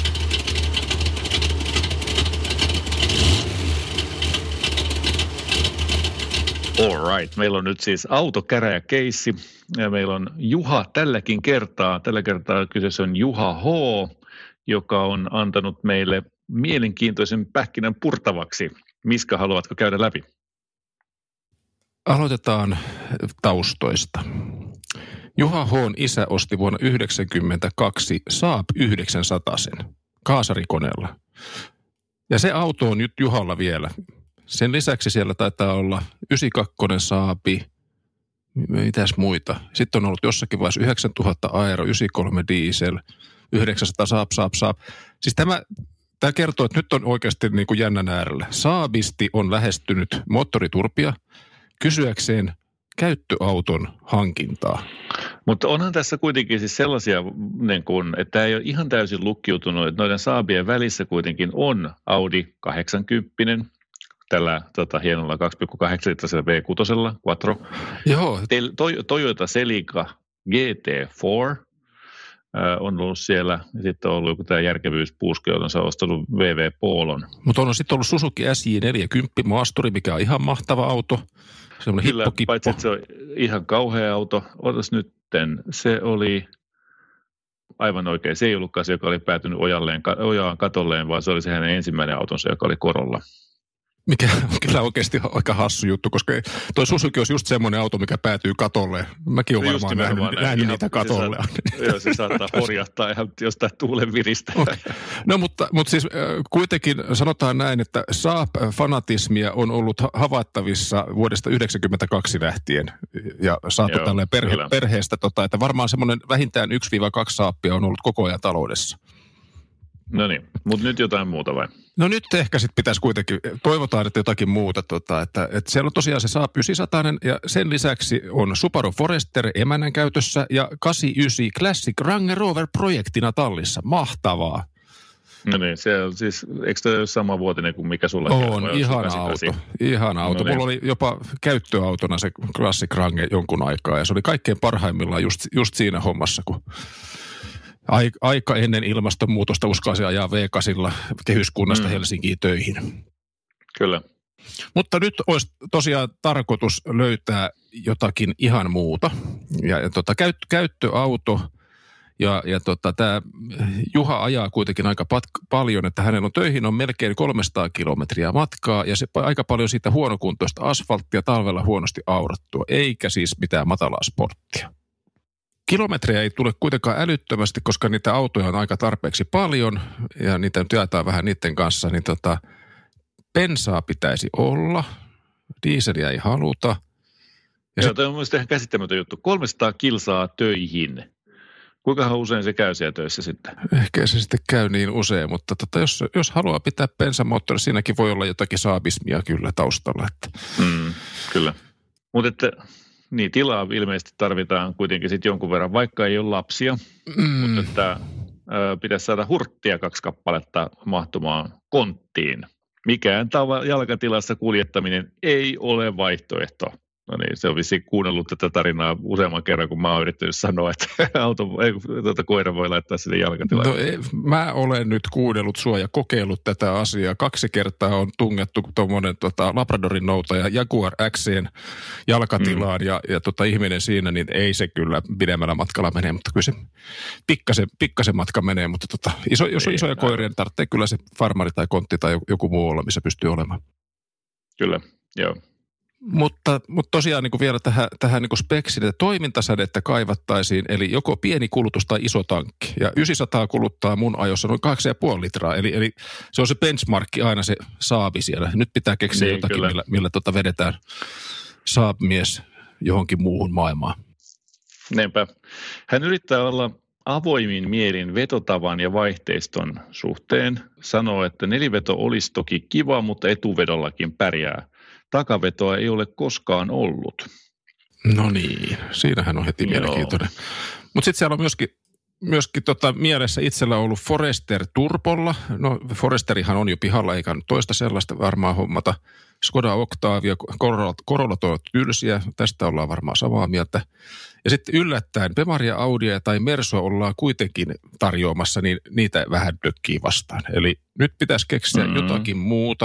All right. Meillä on nyt siis autokäräjäkeissi ja meillä on Juha tälläkin kertaa. Tällä kertaa kyseessä on Juha H., joka on antanut meille mielenkiintoisen pähkinän purtavaksi. Miska, haluatko käydä läpi? Aloitetaan taustoista. Juha H:n isä osti vuonna yhdeksänkymmentäkaksi Saab yhdeksänsataa kaasarikoneella. Ja se auto on nyt Juhalla vielä. Sen lisäksi siellä taitaa olla yhdeksänkymmentäkaksi Saabi, mitäs muita. Sitten on ollut jossakin vaiheessa yhdeksäntuhatta Aero, yhdeksänkymmentäkolme Diesel, yhdeksänsataa Saab, Saab, Saab. Siis tämä, tämä kertoo, että nyt on oikeasti niin kuin jännän äärellä. Saabisti on lähestynyt moottoriturpia kysyäkseen käyttöauton hankintaa. Mutta onhan tässä kuitenkin siis sellaisia, niin kun, että tämä ei ole ihan täysin lukkiutunut, että noiden Saabien välissä kuitenkin on Audi kahdeksankymmentä, tällä tota, hienolla kaksi pilkku kahdeksan litrasella V kuusi Quattro. Joo. Toyota Celica G T neljä äh, on ollut siellä. Ja sitten on ollut joku tämä järkevyyspuuske, jota on ostanut V V Polon. Mutta on sitten ollut Suzuki S J neljäkymmentä Maasturi, mikä on ihan mahtava auto. Semmoinen Kyllä, hippokippo. Paitsi että se on ihan kauhea auto. Otas nytten, se oli aivan oikein. Se ei ollutkaan se, joka oli päätynyt ojalleen, ojaan katolleen, vaan se oli se hänen ensimmäinen autonsa, joka oli Corolla. Mikä on kyllä oikeasti aika hassu juttu, koska tuo Suzuki olisi just semmoinen auto, mikä päätyy katolle. Mäkin olen varmaan nähnyt, nähnyt niitä katolle. Se joo, se saattaa horjahtaa ihan jostain tuulen viristä. Okay. No mutta, mutta siis kuitenkin sanotaan näin, että Saab-fanatismia on ollut havaittavissa vuodesta yhdeksänkymmentäkaksi lähtien ja saatu tälle perhe, perheestä, tota, että varmaan semmoinen vähintään yksi kaksi Saabia on ollut koko ajan taloudessa. No niin, mutta nyt jotain muuta vai? No nyt ehkä sitten pitäisi kuitenkin, toivotaan, että jotakin muuta. Tota, että, että siellä on tosiaan se Saab yhdeksänsataa ja sen lisäksi on Subaru Forester emännän käytössä ja kahdeksankymmentäyhdeksän Classic Range Rover projektina tallissa. Mahtavaa. No niin, se on siis, eikö tämä ole sama vuotinen kuin mikä sulla on? On, ihana auto. Ihana auto. No niin. Mulla oli jopa käyttöautona se Classic Range jonkun aikaa ja se oli kaikkein parhaimmillaan just, just siinä hommassa, kun aika ennen ilmastonmuutosta uskalsi ajaa V kahdeksan kehyskunnasta mm. Helsinkiin töihin. Kyllä. Mutta nyt olisi tosiaan tarkoitus löytää jotakin ihan muuta. Ja, ja tota, käyt, käyttöauto ja, ja tota, tämä Juha ajaa kuitenkin aika pat, paljon, että hänellä on töihin on melkein kolmesataa kilometriä matkaa ja se aika paljon siitä huonokuntoista asfalttia talvella huonosti aurattua, eikä siis mitään matalaa sporttia. Kilometrejä ei tule kuitenkaan älyttömästi, koska niitä autoja on aika tarpeeksi paljon ja niitä nyt jaetaan vähän niiden kanssa, niin tota, bensaa pitäisi olla, dieseliä ei haluta. Ja Joo, se... tämä on mielestäni ihan käsittämätön juttu. kolmesataa kilsaa töihin. Kuinkahan usein se käy siellä töissä sitten? Ehkä se sitten käy niin usein, mutta tota, jos, jos haluaa pitää bensamoottori, siinäkin voi olla jotakin saabismia kyllä taustalla. Että. Mm, kyllä, mutta että... Niin, tilaa ilmeisesti tarvitaan kuitenkin sitten jonkun verran, vaikka ei ole lapsia, mm. mutta että ö, pitäisi saada hurttia kaksi kappaletta mahtumaan konttiin. Mikään tava jalkatilassa kuljettaminen ei ole vaihtoehto. No niin, se on vissiin kuunnellut tätä tarinaa useamman kerran, kun mä oon yrittänyt sanoa, että auto, ei, tuota, koira voi laittaa sinne jalkatilaan. No ei, mä olen nyt kuunnellut sua ja kokeillut tätä asiaa. Kaksi kertaa on tungettu tuommoinen tota, Labradorin noutaja Jaguar X:n jalkatilaan mm. ja, ja tota, ihminen siinä, niin ei se kyllä pidemmällä matkalla mene, mutta kyllä se pikkasen, pikkasen matka menee, mutta tota, iso, jos on isoja koiria, niin tarvitsee kyllä se farmari tai kontti tai joku muu olla, missä pystyy olemaan. Kyllä, joo. Mutta, mutta tosiaan niin kuin vielä tähän, tähän niin kuin speksiin, että toimintasädettä kaivattaisiin, eli joko pieni kulutus tai iso tankki. Ja yhdeksänsataa kuluttaa mun ajossa noin kahdeksan pilkku viisi litraa, eli, eli se on se benchmarkki aina se Saabi siellä. Nyt pitää keksiä niin, jotakin, kyllä. millä, millä tota vedetään Saab-mies johonkin muuhun maailmaan. Niinpä. Hän yrittää olla avoimin mielin vetotavan ja vaihteiston suhteen. Sanoo, että neliveto olisi toki kiva, mutta etuvedollakin pärjää. Takavetoa ei ole koskaan ollut. No niin, siinähän on heti mielenkiintoinen. Mutta sitten siellä on myöskin, myöskin tota mielessä itsellä ollut Forester Turbolla. No Foresterihan on jo pihalla, eikä toista sellaista varmaan hommata. Skoda Octavia, Corolla, Corolla on tylsiä, tästä ollaan varmaan samaa mieltä. Ja sitten yllättäen Bemaria, Audia tai Mersoa ollaan kuitenkin tarjoamassa, niin niitä vähän dökkii vastaan. Eli nyt pitäisi keksiä mm-hmm. jotakin muuta.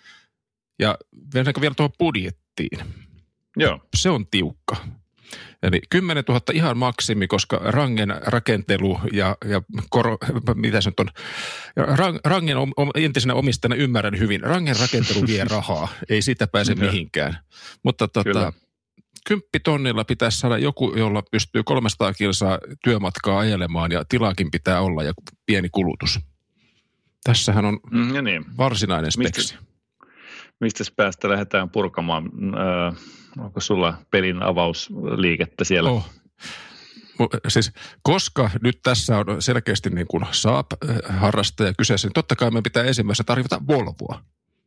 Ja mennäänkö vielä tuohon budjettiin? Joo. Se on tiukka. Eli kymmenen tuhatta ihan maksimi, koska Rangen rakentelu ja, ja koro, mitä se nyt on, Rang, Rangen om, entisenä omistajana ymmärrän hyvin, Rangen rakentelu vie rahaa, ei siitä pääse mihinkään. Mutta tota, kymppitonnilla pitäisi saada joku, jolla pystyy kolmesataa kilsaa työmatkaa ajelemaan ja tilaakin pitää olla ja pieni kulutus. Tässähän on mm, ja niin. varsinainen speksi. Mistä? Mistä päästä lähdetään purkamaan? Öö, onko sulla pelin avausliikettä siellä? Oh. Siis, koska nyt tässä on selkeästi niin kuin Saab-harrastaja kyseessä, niin totta kai me pitää ensimmäisenä tarvita Volvoa.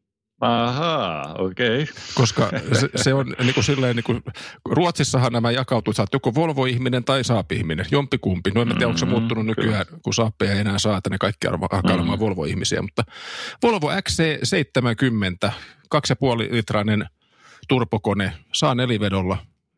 Ahaa, okei. Okay. Koska se, se on niin kuin silleen, niin kuin, Ruotsissahan nämä jakautuu, että olet joko Volvo-ihminen tai Saab-ihminen, jompikumpi. No en tiedä, onko se muuttunut nykyään, kyllä. kun Saabia ei enää saa, että ne kaikki alkaa olemaan mm. Volvo-ihmisiä. Mutta Volvo X C seitsemänkymmentä, kaksi pilkku viisi litrainen turbokone, saa nelivedolla,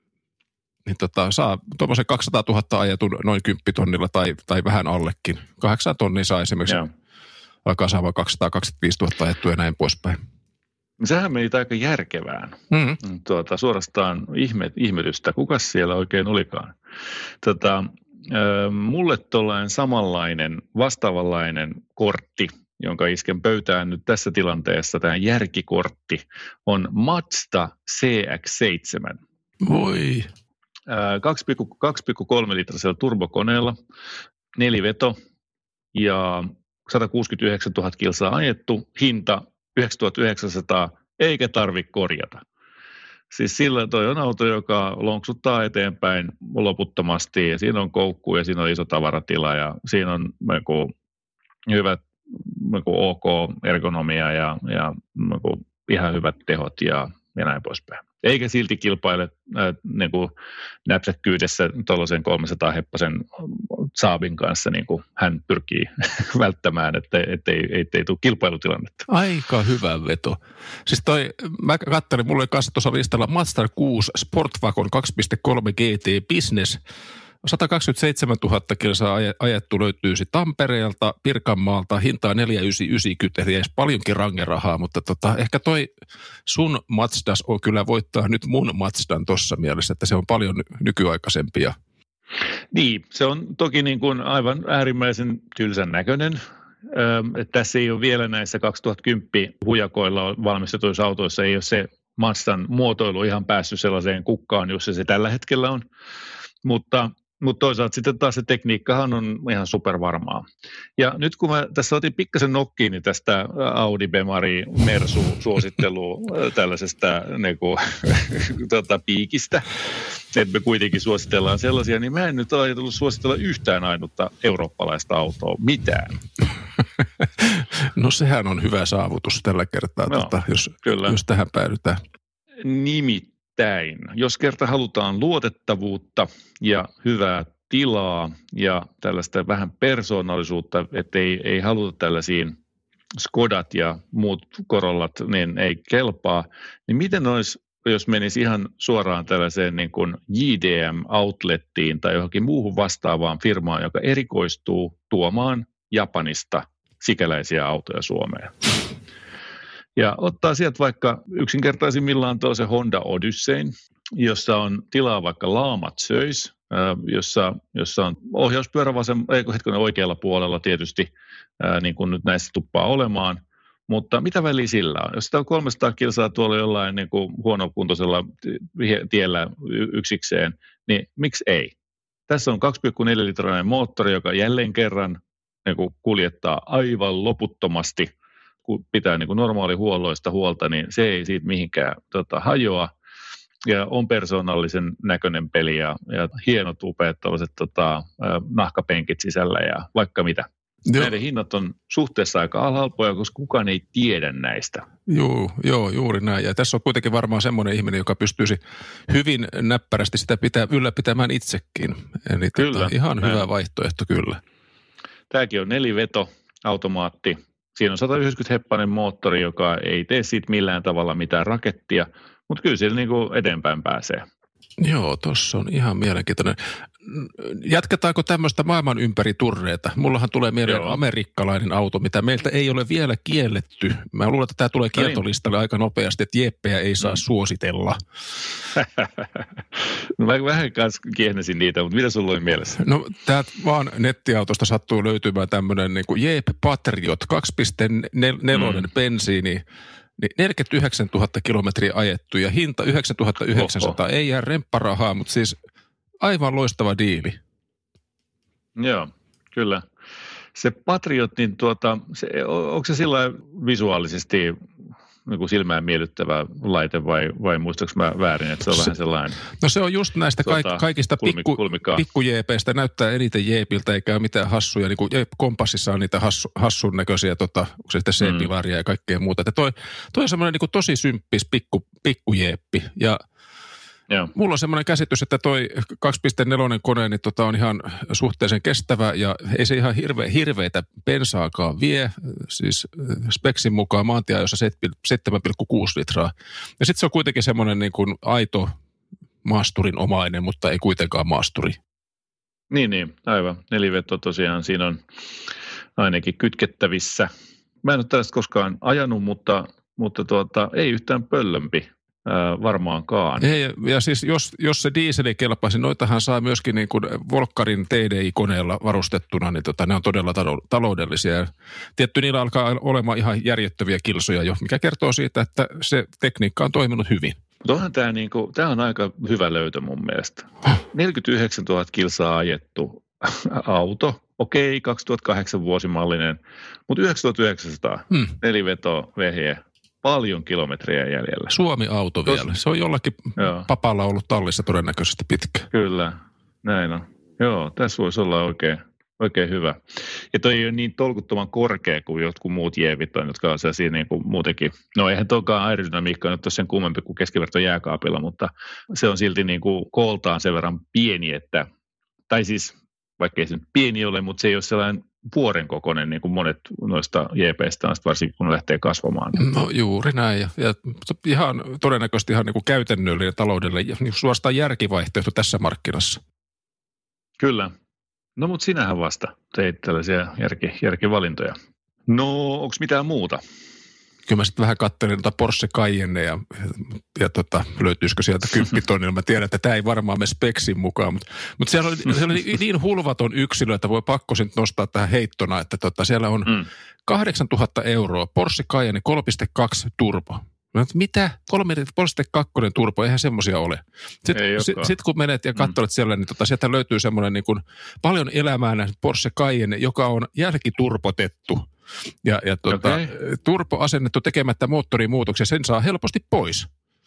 niin tota, saa tuommoisen kaksisataatuhatta ajetun noin kymppitonnilla tai, tai vähän allekin. Kahdeksan tonnia saa esimerkiksi, yeah. alkaa saamaan kaksisataakaksikymmentäviisituhatta ajettua ja näin poispäin. Sehän meni aika järkevään. Mm-hmm. Tuota, suorastaan ihme, ihmetystä. Kukas siellä oikein olikaan? Tota, äh, mulle tuollainen samanlainen, vastaavanlainen kortti, jonka isken pöytään nyt tässä tilanteessa, tämä järkikortti, on Mazda C X seitsemän. Voi. Äh, kaksi pilkku kolme litrasella turbokoneella, neliveto ja satakuusikymmentäyhdeksäntuhatta kilsaa ajettu, hinta yhdeksäntuhattayhdeksänsataa, eikä tarvitse korjata. Siis sillä toi on auto, joka lonksuttaa eteenpäin loputtomasti, ja siinä on koukku, ja siinä on iso tavaratila, ja siinä on joku hyvät joku OK ergonomia, ja, ja joku ihan hyvät tehot, ja, ja näin poispäin. Eikä silti kilpaile äh, niin kuin näpsäkkyydessä tuollaisen kolmesataa heppasen Saabin kanssa, niin kuin hän pyrkii välttämään, että ettei, ettei tule kilpailutilannetta. Aika hyvä veto. Siis toi, mä katselin, mulla oli kanssa tuossa listalla Mazda kuusi Sportwagon kaksi pilkku kolme G T Business. sata kaksikymmentäseitsemäntuhatta kilsaa ajettu löytyy Tampereelta, Pirkanmaalta, hintaa neljä tuhatta yhdeksänsataayhdeksänkymmentä, eli edes paljonkin rangerahaa, mutta tota, ehkä toi sun Mazdas on kyllä voittaa nyt mun Mazdan tuossa mielessä, että se on paljon nykyaikaisempia. Niin, se on toki niin kuin aivan äärimmäisen tylsän näköinen. Öö, tässä ei ole vielä näissä kaksituhattakymmenen hujakoilla valmistetuissa autoissa, ei ole se Mazdan muotoilu ihan päässyt sellaiseen kukkaan, jossa se tällä hetkellä on, mutta Mutta toisaalta sitten taas se tekniikkahan on ihan supervarmaa. Ja nyt kun mä tässä otin pikkasen nokkiini tästä Audi, Bemari, Mersu suosittelua tällaisesta niin kuin, tota, piikistä, että me kuitenkin suositellaan sellaisia, niin mä en nyt ajatellut suositella yhtään ainutta eurooppalaista autoa, mitään. No sehän on hyvä saavutus tällä kertaa, no, tota, jos, jos tähän päädytään. Nimittäin. Täin. Jos kerta halutaan luotettavuutta ja hyvää tilaa ja tällaista vähän persoonallisuutta, että ei, ei haluta tällaisiin Skodat ja muut Corollat, niin ei kelpaa, niin miten olisi jos menisi ihan suoraan tällaiseen niin kuin J D M-outlettiin tai johonkin muuhun vastaavaan firmaan, joka erikoistuu tuomaan Japanista sikäläisiä autoja Suomeen. Ja ottaa sieltä vaikka yksinkertaisimmillaan tuollaisen Honda Odysseyn, jossa on tilaa vaikka laamat söis, jossa, jossa on ohjauspyörä vasen, ei hetken oikealla puolella tietysti, ää, niin kuin nyt näissä tuppaa olemaan. Mutta mitä väliä sillä on? Jos sitä on kolmesataa kilsaa tuolla jollain niin kuin huonokuntoisella tiellä yksikseen, niin miksi ei? Tässä on kaksi pilkku neljä litrainen moottori, joka jälleen kerran niin kuin kuljettaa aivan loputtomasti, kun pitää niin kuin normaalihuolloista huolta, niin se ei siitä mihinkään tota, hajoa. Ja on persoonallisen näköinen peli ja, ja hienot upeat tällaiset tota, nahkapenkit sisällä ja vaikka mitä. Joo. Näiden hinnat on suhteessa aika halpoja, koska kukaan ei tiedä näistä. Joo, joo, juuri näin. Ja tässä on kuitenkin varmaan semmoinen ihminen, joka pystyisi hyvin näppärästi sitä pitää, ylläpitämään itsekin. Eli kyllä, tota, ihan näin. Hyvä vaihtoehto kyllä. Tämäkin on neliveto-automaatti. Siinä on sata yhdeksänkymmentä heppainen moottori, joka ei tee siitä millään tavalla mitään rakettia, mutta kyllä siellä niin kuin eteenpäin pääsee. Joo, tuossa on ihan mielenkiintoinen. Jatketaanko tämmöistä maailman ympäri turreita? Mullahan tulee mieleen Joo. amerikkalainen auto, mitä meiltä ei ole vielä kielletty. Mä luulen, että tämä tulee kieltolistalle aika nopeasti, että jeppejä ei saa mm. suositella. No mä vähän kanssa kiehnesin niitä, mutta mitä sulla oli mielessä? No tää vaan nettiautosta sattuu löytymään tämmöinen niin kuin Jeep Patriot kaksi pilkku neljä mm. bensiini. Niin neljäkymmentäyhdeksäntuhatta kilometriä ajettu ja hinta yhdeksäntuhattayhdeksänsataa. Oho. Ei jää rempparahaa, mutta siis aivan loistava diili. Joo, kyllä. Se Patriot, niin tuota, se, onko se sillä visuaalisesti niin silmään miellyttävä laite vai, vai muistaaks mä väärin, että se on se, vähän sellainen? No se on just näistä tuota, kaik, kaikista pikku, pikkujeepeistä, näyttää eniten jeepiltä eikä ole mitään hassuja, niin kuin Kompassissa on niitä hassu, hassun näköisiä, tota, onko se sitten C-pilaria mm. ja kaikkea muuta. Että toi, toi on semmoinen niin kuin tosi symppis pikku, pikkujeeppi ja Joo. Mulla on semmoinen käsitys, että toi kaksi pilkku neljä kone niin tota on ihan suhteellisen kestävä ja ei se ihan hirve, hirveitä bensaakaan vie, siis speksin mukaan maantieajossa seitsemän pilkku kuusi litraa. Ja sitten se on kuitenkin semmoinen niin kuin aito maasturin omainen, mutta ei kuitenkaan maasturi. Niin, niin, aivan. Neliveto tosiaan siinä on ainakin kytkettävissä. Mä en ole tällaista koskaan ajanut, mutta, mutta tuota, ei yhtään pöllömpi. Äh, varmaankaan. Ei, ja siis jos, jos se dieseli kelpaisi, noitahan saa myöskin niin kuin Volkkarin T D I-koneella varustettuna, niin tota, ne on todella taloudellisia. Tietty niillä alkaa olemaan ihan järjettöviä kilsoja jo, mikä kertoo siitä, että se tekniikka on toiminut hyvin. Onhan tämä, niin kuin, tämä on aika hyvä löytö mun mielestä. neljäkymmentäyhdeksäntuhatta kilsaa ajettu auto, okei, kaksituhattakahdeksan vuosimallinen, mutta yhdeksäntuhattayhdeksänsataa hmm. neliveto vehje. Paljon kilometriä jäljellä. Suomi-auto vielä. Tos... Se on jollakin Joo. papalla ollut tallissa todennäköisesti pitkä. Kyllä, näin on. Joo, tässä voisi olla oikein, oikein hyvä. Ja toi ei ole niin tolkuttoman korkea kuin jotkut muut jeevit on, jotka on sellaisia niin kuin muutenkin. No eihän tokaan aerodynamiikka nyt ole sen kummempi kuin keskiverto jääkaapilla, mutta se on silti niin kuin kooltaan sen verran pieni, että, tai siis vaikka ei se nyt pieni ole, mutta se ei ole sellainen vuoren kokoinen, niin kuin monet noista J P:stä on, varsinkin kun ne lähtee kasvamaan. No juuri näin, ja, ja ihan todennäköisesti ihan niin kuin käytännöllinen ja taloudellinen, ja niin suorastaan järkivaihtoehto tässä markkinassa. Kyllä. No mutta sinähän vasta teit tällaisia järki, järkivalintoja. No, onko mitään muuta? Kyllä mä sitten vähän katselin tuota Porsche Cayenne ja, ja tota, löytyisikö sieltä kymppitonnilla. Mä tiedän, että tämä ei varmaan mene speksin mukaan, mutta, mutta siellä, oli, siellä oli niin hulvaton yksilö, että voi pakko sitten nostaa tähän heittona, että tota, siellä on mm. kahdeksantuhatta euroa Porsche Cayenne kolme pilkku kaksi turbo. Mitä? kolme pilkku kaksi turbo, eihän semmoisia ole. Sitten sit, sit kun menet ja katselet mm. siellä, niin tota, sieltä löytyy semmoinen niin kuin paljon elämää näin Porsche Cayenne, joka on jälkiturpotettu. Ja, ja tuota, okay. turbo asennettu tekemättä moottorimuutoksia, sen saa helposti pois.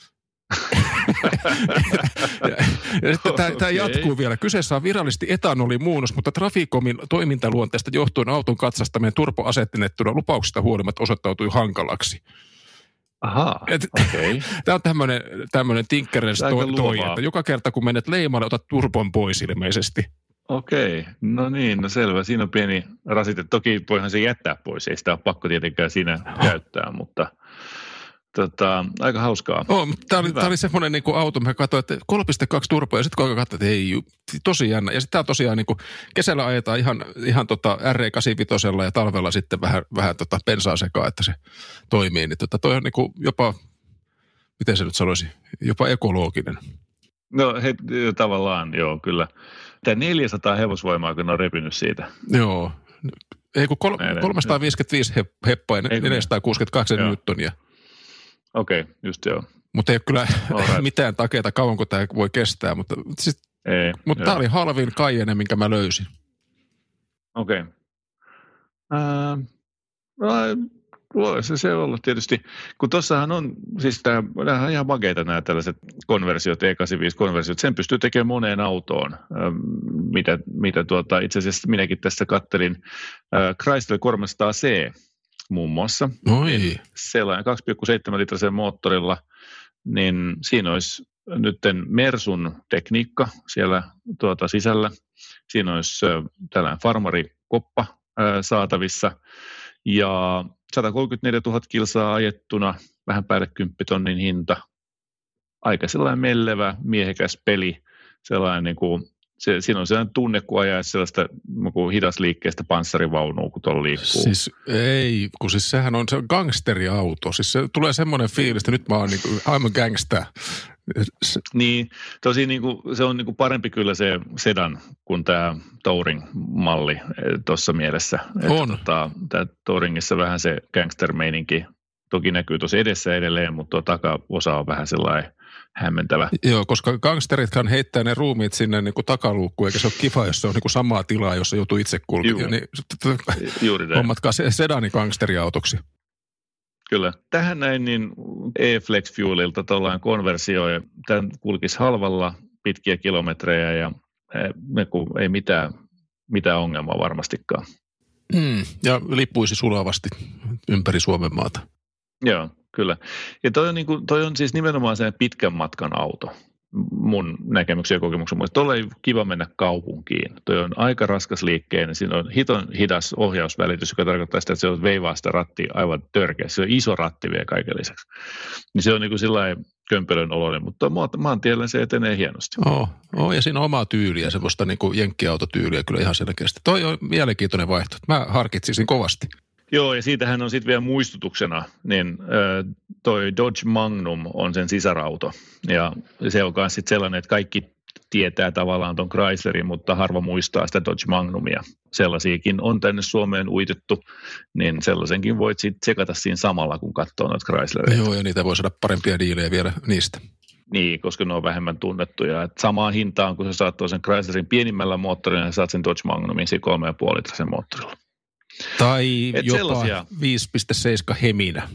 ja, ja sitten tämä okay. jatkuu vielä. Kyseessä on virallisesti etanolimuunnos, mutta Traficomin toimintaluonteesta johtuen auton katsastaminen turboasennettuna lupauksista huolimatta osoittautui hankalaksi. Ahaa, okei. Okay. Tämä on tämmöinen, tämmöinen Tinkerers toi, että joka kerta kun menet leimalle, otat turbon pois ilmeisesti. Okei, no niin, no selvä. Siinä on pieni rasite. Toki voihan se jättää pois, ei sitä ole pakko tietenkään siinä käyttää, mutta tota, aika hauskaa. Oh, tämä oli, oli semmoinen niin kuin auto, mä katsoin, että kolme pilkku kaksi turboa, ja sitten kun katsoin, että ei, tosi jännä. Ja sitten tämä tosiaan niin kuin kesällä ajetaan ihan, ihan tota R E kahdeksankymmentäviisi ja talvella sitten vähän, vähän tota bensaa sekaan, että se toimii. Niin tota, toi on niin kuin jopa, miten se nyt sanoisi, jopa ekologinen. No he, tavallaan, joo, kyllä. Tämä neljäsataa hevosvoimaa, kun on repinyt siitä. Joo. Ei kun kol- kolmesataaviisikymmentäviisi heppoa ja neljäsataakuusikymmentäkahdeksan newtonia. Okei, okay, just joo. Mutta ei ole kyllä right. mitään takeita kauan, kun tämä voi kestää. Mutta, siis, ei, mutta tämä oli halvin Cayenne, minkä mä löysin. Okei. Okay. Uh, no, voisi se olla tietysti, kun tuossahan on, siis tämä on ihan makeita nämä tällaiset konversiot, E kahdeksankymmentäviisi-konversiot, sen pystyy tekemään moneen autoon, mitä, mitä tuota, itse asiassa minäkin tässä kattelin, Chrysler kolmesataa C muun muassa, niin sellainen kaksi pilkku seitsemän litrasen moottorilla, niin siinä olisi nyt Mersun tekniikka siellä tuota sisällä, siinä olisi tällainen farmarikoppa saatavissa, ja sata kolmekymmentäneljätuhatta kilsaa ajettuna, vähän päälle kymppitonnin hinta. Aika sellainen mellevä, miehekäs peli. Sellainen niin kuin, se, siinä on sellainen tunne, kun ajaa sellaista niin hidasliikkeestä panssarivaunua, kun tuolla liikkuu. Siis ei, kun siis sehän on se gangsteriauto. Siis se tulee semmoinen fiilis, että nyt mä oon niin kuin, I'm a gangster. Niin, tosi niin kuin, se on niin kuin parempi kyllä se sedan kuin tämä Touring-malli tuossa mielessä. On. Tota, tämä Touringissa vähän se gangster-meininki toki näkyy tosi edessä edelleen, mutta tuo takaosa on vähän sellainen hämmentävä. Joo, koska gangsteritkaan heittää ne ruumiit sinne niin kuin takaluukkuun, eikä se ole kiva, jos se on niin kuin samaa tilaa, jossa joutuu itse kulkemaan. Niin, juuri näin. Hommatkaa sedani gangsteriautoksi. Kyllä. Tähän näin niin E-Flex Fuelilta tuollainen konversio, ja tämän kulkisi halvalla pitkiä kilometrejä ja ei mitään, mitään ongelmaa varmastikaan. Mm, ja lippuisi sulavasti ympäri Suomen maata. Joo, kyllä. Ja toi on, niin kuin, toi on siis nimenomaan sen pitkän matkan auto. Mun näkemyksen ja kokemuksen mukaan. Tuolla ei kiva mennä kaupunkiin. Toi on aika raskas liikkeinen. Siinä on hiton hidas ohjausvälitys, joka tarkoittaa sitä, että se on veivaa sitä rattia aivan törkeä. Se on iso ratti vielä kaiken lisäksi. Niin se on niin kuin sillain kömpelön oloinen, mutta maantiellä se etenee hienosti. Oo, oo, ja siinä on omaa tyyliä, semmoista niin kuin jenkkiautotyyliä kyllä ihan selkeästi. Toi on mielenkiintoinen vaihtoehto. Mä harkitsisin kovasti. Joo, ja siitähän on sitten vielä muistutuksena, niin toi Dodge Magnum on sen sisarauto. Ja se on myös sitten sellainen, että kaikki tietää tavallaan ton Chryslerin, mutta harva muistaa sitä Dodge Magnumia. Sellaisiakin on tänne Suomeen uitettu, niin sellaisenkin voit sitten tsekata siinä samalla, kun katsoo noita Chryslereita. Joo, ja niitä voi saada parempia diilejä vielä niistä. Niin, koska ne on vähemmän tunnettuja. Et samaan hintaan, kun sä saat sen Chryslerin pienimmällä moottorilla, sä saat sen Dodge Magnumin siinä kolme pilkku viisi litrasen moottorilla. Tai et jopa sellaisia. viisi pilkku seitsemän heminä.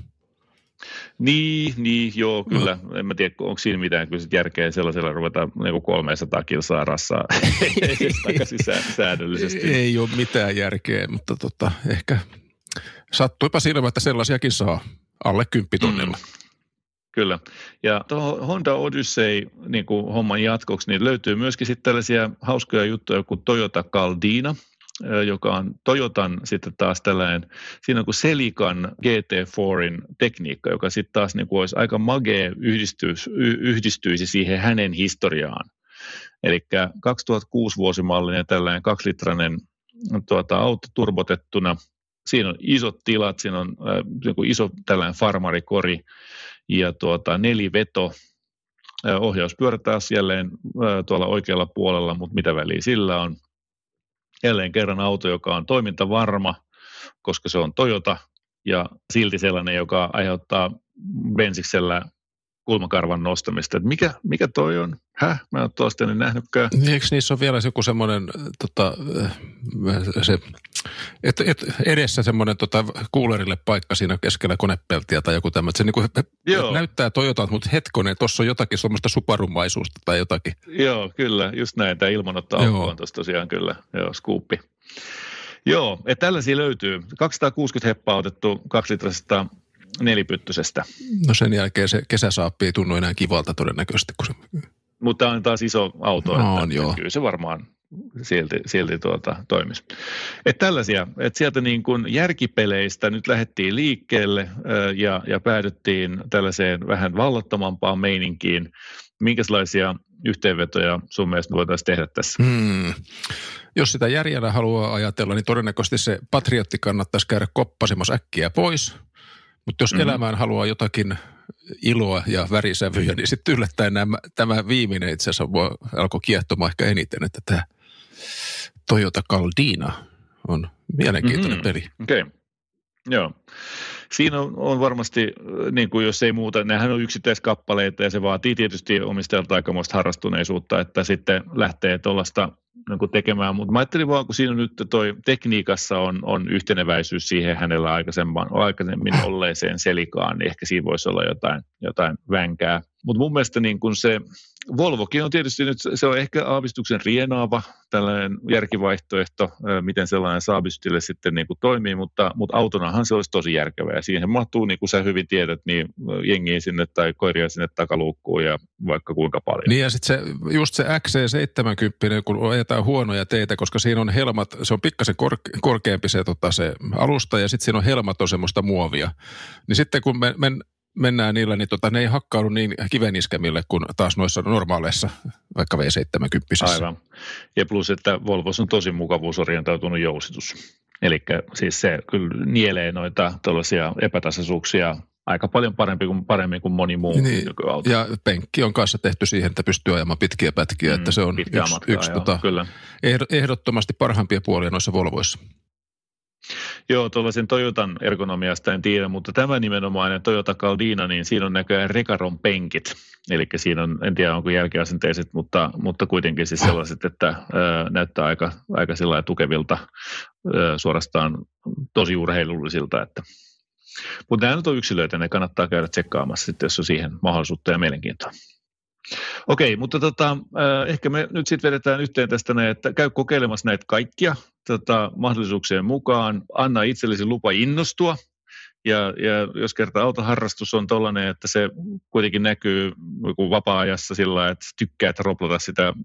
Niin, niin, joo, kyllä. No. En mä tiedä, onko siinä mitään kyllä järkeä sellaisella ruveta niin kolmesataa kilsaa rassaa takaisin säännöllisesti. Ei ole mitään järkeä, mutta tota, ehkä sattuipa silmä, että sellaisiakin saa alle kymppitonnilla. Mm. Kyllä. Ja tuohon Honda Odyssey niin kuin homman jatkoksi, niin löytyy myöskin sitten tällaisia hauskoja juttuja kuin Toyota Caldina, joka on Toyotan sitten taas tällainen, siinä on kuin Celican G T neljä tekniikka, joka sitten taas niin kuin olisi aika magea yhdistyisi, yhdistyisi siihen hänen historiaan. Eli kaksituhattakuusi vuosimallinen tällainen kaksilitrainen tuota, auto turbotettuna. Siinä on isot tilat, siinä on äh, niin kuin iso tällainen farmarikori ja tuota, neliveto. Äh, ohjauspyörä taas jälleen äh, tuolla oikealla puolella, mutta mitä väliä sillä on. Jälleen kerran auto, joka on toimintavarma, koska se on Toyota ja silti sellainen, joka aiheuttaa bensiksellä kulmakarvan nostamista. Et mikä, mikä toi on? Häh? Mä en ole tuosta ennen nähnytkään. Eikö niissä ole vielä joku semmoinen, tota, se, et, et edessä semmoinen tota, kuulerille paikka siinä keskellä konepeltiä tai joku tämmöinen. Se niinku näyttää Toyotalta, mutta hetkonen, tuossa on jotakin semmoista suparumaisuutta tai jotakin. Joo, kyllä, just näin. Tämä ilmanottoaukko on tuossa tosiaan kyllä, joo, skuuppi. Joo, että tällaisia löytyy. kaksisataakuusikymmentä heppaa otettu kaksilitrasesta nelipyttysestä. No sen jälkeen se kesäsaappi ei tunnu enää kivalta todennäköisesti. Kun se... Mutta on taas iso auto. No, on, joo. Kyllä se varmaan silti, silti tuota, toimisi. Että tällaisia, että sieltä niin kuin järkipeleistä nyt lähdettiin liikkeelle ja, ja päädyttiin tällaiseen vähän vallattomampaan meininkiin. Minkälaisia yhteenvetoja sun mielestä voitaisiin tehdä tässä? Hmm. Jos sitä järjellä haluaa ajatella, niin todennäköisesti se patriotti kannattaisi käydä koppasemassa äkkiä pois. Mutta jos mm-hmm. elämään haluaa jotakin iloa ja värisävyjä, niin sitten yllättäen nämä, tämä viimeinen itse asiassa alkoi kiehtomaan ehkä eniten, että tämä Toyota Caldina on mielenkiintoinen mm-hmm. peli. Okei, okay. Joo. Siinä on, on varmasti, niin kuin jos ei muuta, nehän on yksittäiskappaleita ja se vaatii tietysti omistajalta aikamoista harrastuneisuutta, että sitten lähtee tuollaista niin tekemään, mutta mä ajattelin vaan, kun siinä nyt toi tekniikassa on, on yhteneväisyys siihen hänellä aikaisemmin olleeseen Celikaan, niin ehkä siinä voisi olla jotain, jotain vänkää. Mutta mun mielestä niin kun se Volvokin on tietysti nyt, se on ehkä aavistuksen rienaava tällainen järkivaihtoehto, miten sellainen saabistille sitten niin kuin toimii, mutta, mutta autonahan se olisi tosi järkevää. Ja siihen mahtuu, niin kuin sä hyvin tiedät, niin jengiä sinne tai koiria sinne takaluukkuun ja vaikka kuinka paljon. Niin ja sitten se, just se X C seitsemänkymmentä, kun ajetaan huonoja teitä, koska siinä on helmat, se on pikkasen korke, korkeampi se, tota, se alusta ja sitten siinä on helmat on semmoista muovia. Niin sitten kun me, men, mennään niillä, niin tota, ne ei hakkaudu niin kiveniskemille kuin taas noissa normaaleissa, vaikka V seitsemänkymmentä. Aivan. Ja plus, että Volvos on tosi mukavuusorientoitunut jousitus. Eli siis se kyllä nielee noita tällaisia epätasaisuuksia aika paljon parempi kuin, paremmin kuin moni muu niin, nykyauto. Ja penkki on kanssa tehty siihen, että pystyy ajamaan pitkiä pätkiä, mm, että se on yksi, matkaa, yksi joo, tota, ehdottomasti parhaimpia puolia noissa Volvoissa. Joo, tuollaisen Toyotan ergonomiasta en tiedä, mutta tämä nimenomainen Toyota Caldina, niin siinä on näköjään Recaron penkit. Eli siinä on, en tiedä onko jälkiasenteiset, mutta, mutta kuitenkin siis sellaiset, että ää, näyttää aika, aika sellainen tukevilta, ää, suorastaan tosi urheilullisilta. Että. Mutta nämä nyt on yksilöitä, ne kannattaa käydä tsekkaamassa sitten, jos on siihen mahdollisuutta ja mielenkiintoa. Okei, mutta tota, äh, ehkä me nyt sitten vedetään yhteen tästä näin, että käy kokeilemassa näitä kaikkia tota, mahdollisuuksien mukaan. Anna itsellesi lupa innostua. Ja, ja jos kerta autoharrastus on tollainen, että se kuitenkin näkyy vapaa-ajassa sillä, että tykkäät roplata sitä äh,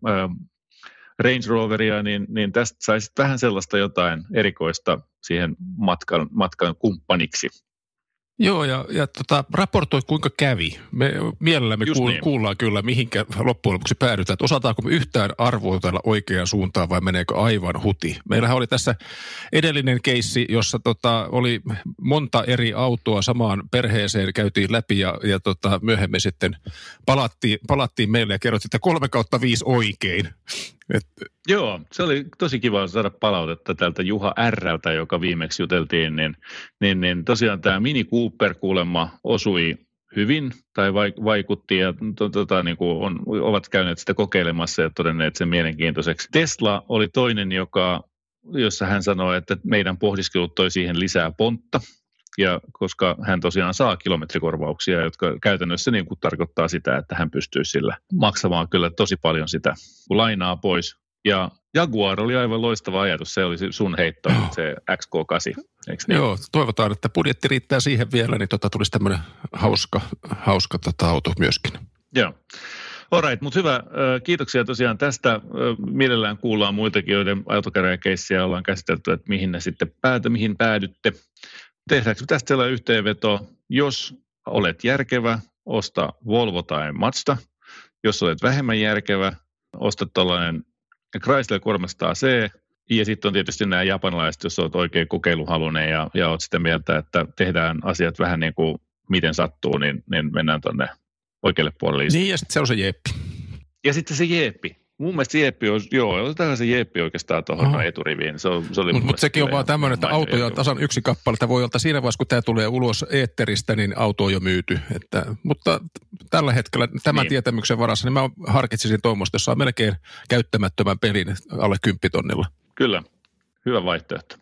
Range Roveria, niin, niin tästä saisit vähän sellaista jotain erikoista siihen matkan, matkan kumppaniksi. Joo, ja, ja tota, raportoi kuinka kävi. Me mielellämme kuul, niin. kuullaan kyllä, mihinkä loppujen lopuksi päädytään. Että osataanko me yhtään arvoitella oikeaan suuntaan vai meneekö aivan huti. Meillähän oli tässä edellinen keissi, jossa tota, oli monta eri autoa samaan perheeseen, käytiin läpi ja, ja tota, myöhemmin sitten palattiin, palattiin meille ja kerrottiin, että kolme kautta viisi oikein. Et... Joo, se oli tosi kiva saada palautetta tältä Juha R:ltä, joka viimeksi juteltiin, niin, niin, niin tosiaan tämä Mini Cooper kuulemma osui hyvin tai vaikutti ja to, tota, niin kuin on, ovat käyneet sitä kokeilemassa ja todenneet sen mielenkiintoiseksi. Tesla oli toinen, joka, jossa hän sanoi, että meidän pohdiskelut toi siihen lisää pontta. Ja koska hän tosiaan saa kilometrikorvauksia, jotka käytännössä niin kuin tarkoittaa sitä, että hän pystyy sillä maksamaan kyllä tosi paljon sitä lainaa pois. Ja Jaguar oli aivan loistava ajatus, se oli sun heitto, oh. se X K kahdeksan. Niin? Joo, toivotaan, että budjetti riittää siihen vielä, niin tota tulisi tämmöinen hauska, hauska tota auto myöskin. Joo. Alright, mutta hyvä. Kiitoksia tosiaan tästä. Mielellään kuullaan muitakin, joiden autokäräjäkeissiä ollaan käsitelty, että mihin ne sitten päätä, mihin päädytte. Tehdäänkö tästä sellainen yhteenveto? Jos olet järkevä, osta Volvo tai Mazda. Jos olet vähemmän järkevä, osta tällainen Chrysler kolmesataa C. Ja sitten on tietysti nämä japanilaiset, jos olet oikein kokeiluhalunen ja, ja olet sitä mieltä, että tehdään asiat vähän niin kuin miten sattuu, niin, niin mennään tuonne oikealle puolelle. Niin ja sitten se on se jeeppi. Ja sitten se jeeppi. Mun mielestä se jeeppi on, joo, otetaan se jeeppi oikeastaan tuohon eturiviin. Se, se Mutta mut sekin on vaan tämmöinen, että autoja on tasan yksi kappale, että voi olla siinä vaiheessa, kun tämä tulee ulos eetteristä, niin auto on jo myyty. Että, mutta tällä hetkellä tämän niin. tietämyksen varassa, niin mä harkitsisin tuommoista, jos saa melkein käyttämättömän pelin alle kymppitonnilla. Kyllä, hyvä vaihtoehto.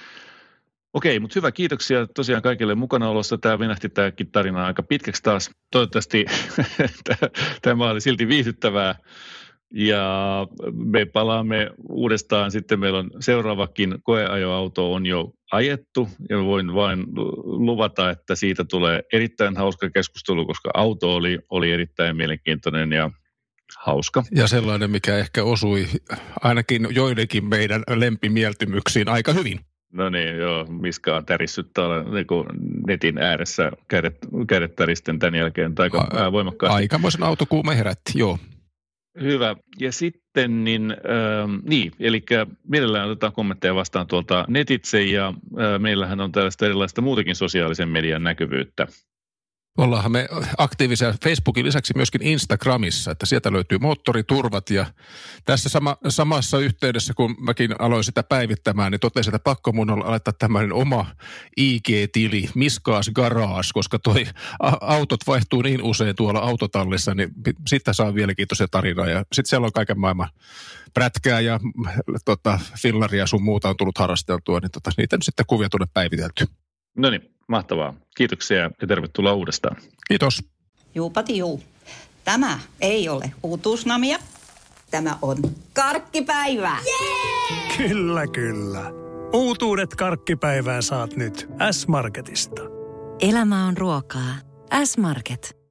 Okei, mutta hyvä, kiitoksia tosiaan kaikille mukanaolossa. Tämä venähti tämäkin tarina aika pitkäksi taas. Toivottavasti tämä oli silti viihdyttävää. Ja me palaamme uudestaan, sitten meillä on seuraavakin koeajoauto on jo ajettu ja voin vain luvata, että siitä tulee erittäin hauska keskustelu, koska auto oli, oli erittäin mielenkiintoinen ja Hauska. Ja sellainen, mikä ehkä osui ainakin joidenkin meidän lempimieltymyksiin aika hyvin. No niin, joo. Miska on tärissyt tuolla niin netin ääressä kädet, kädet täristen tämän jälkeen aika A- voimakkaasti. Aikamoisen autokuume herätti, joo. Hyvä. Ja sitten, niin, äh, niin eli mielellään otetaan kommentteja vastaan tuolta netitse, ja äh, meillähän on tällaista erilaista muutakin sosiaalisen median näkyvyyttä. Ollaanhan me aktiivisia Facebookin lisäksi myöskin Instagramissa, että sieltä löytyy moottoriturvat, ja tässä sama, samassa yhteydessä, kun mäkin aloin sitä päivittämään, niin totesin, että pakko mun on laittaa tämmöinen oma I G-tili, Miskaas Garage, koska toi autot vaihtuu niin usein tuolla autotallissa, niin siitä saa mielenkiintoisia tarinaa, ja sitten siellä on kaiken maailman prätkää ja tota, fillaria sun muuta on tullut harrasteltua, niin tota, niitä nyt sitten kuvia tuonne päivitelty. No niin, mahtavaa. Kiitoksia ja tervetuloa uudestaan. Kiitos. Juupati juu. Tämä ei ole uutuusnamia. Tämä on karkkipäivää. Yeah! Kyllä, kyllä. Uutuudet karkkipäivään saat nyt S-Marketista. Elämä on ruokaa. S-Market.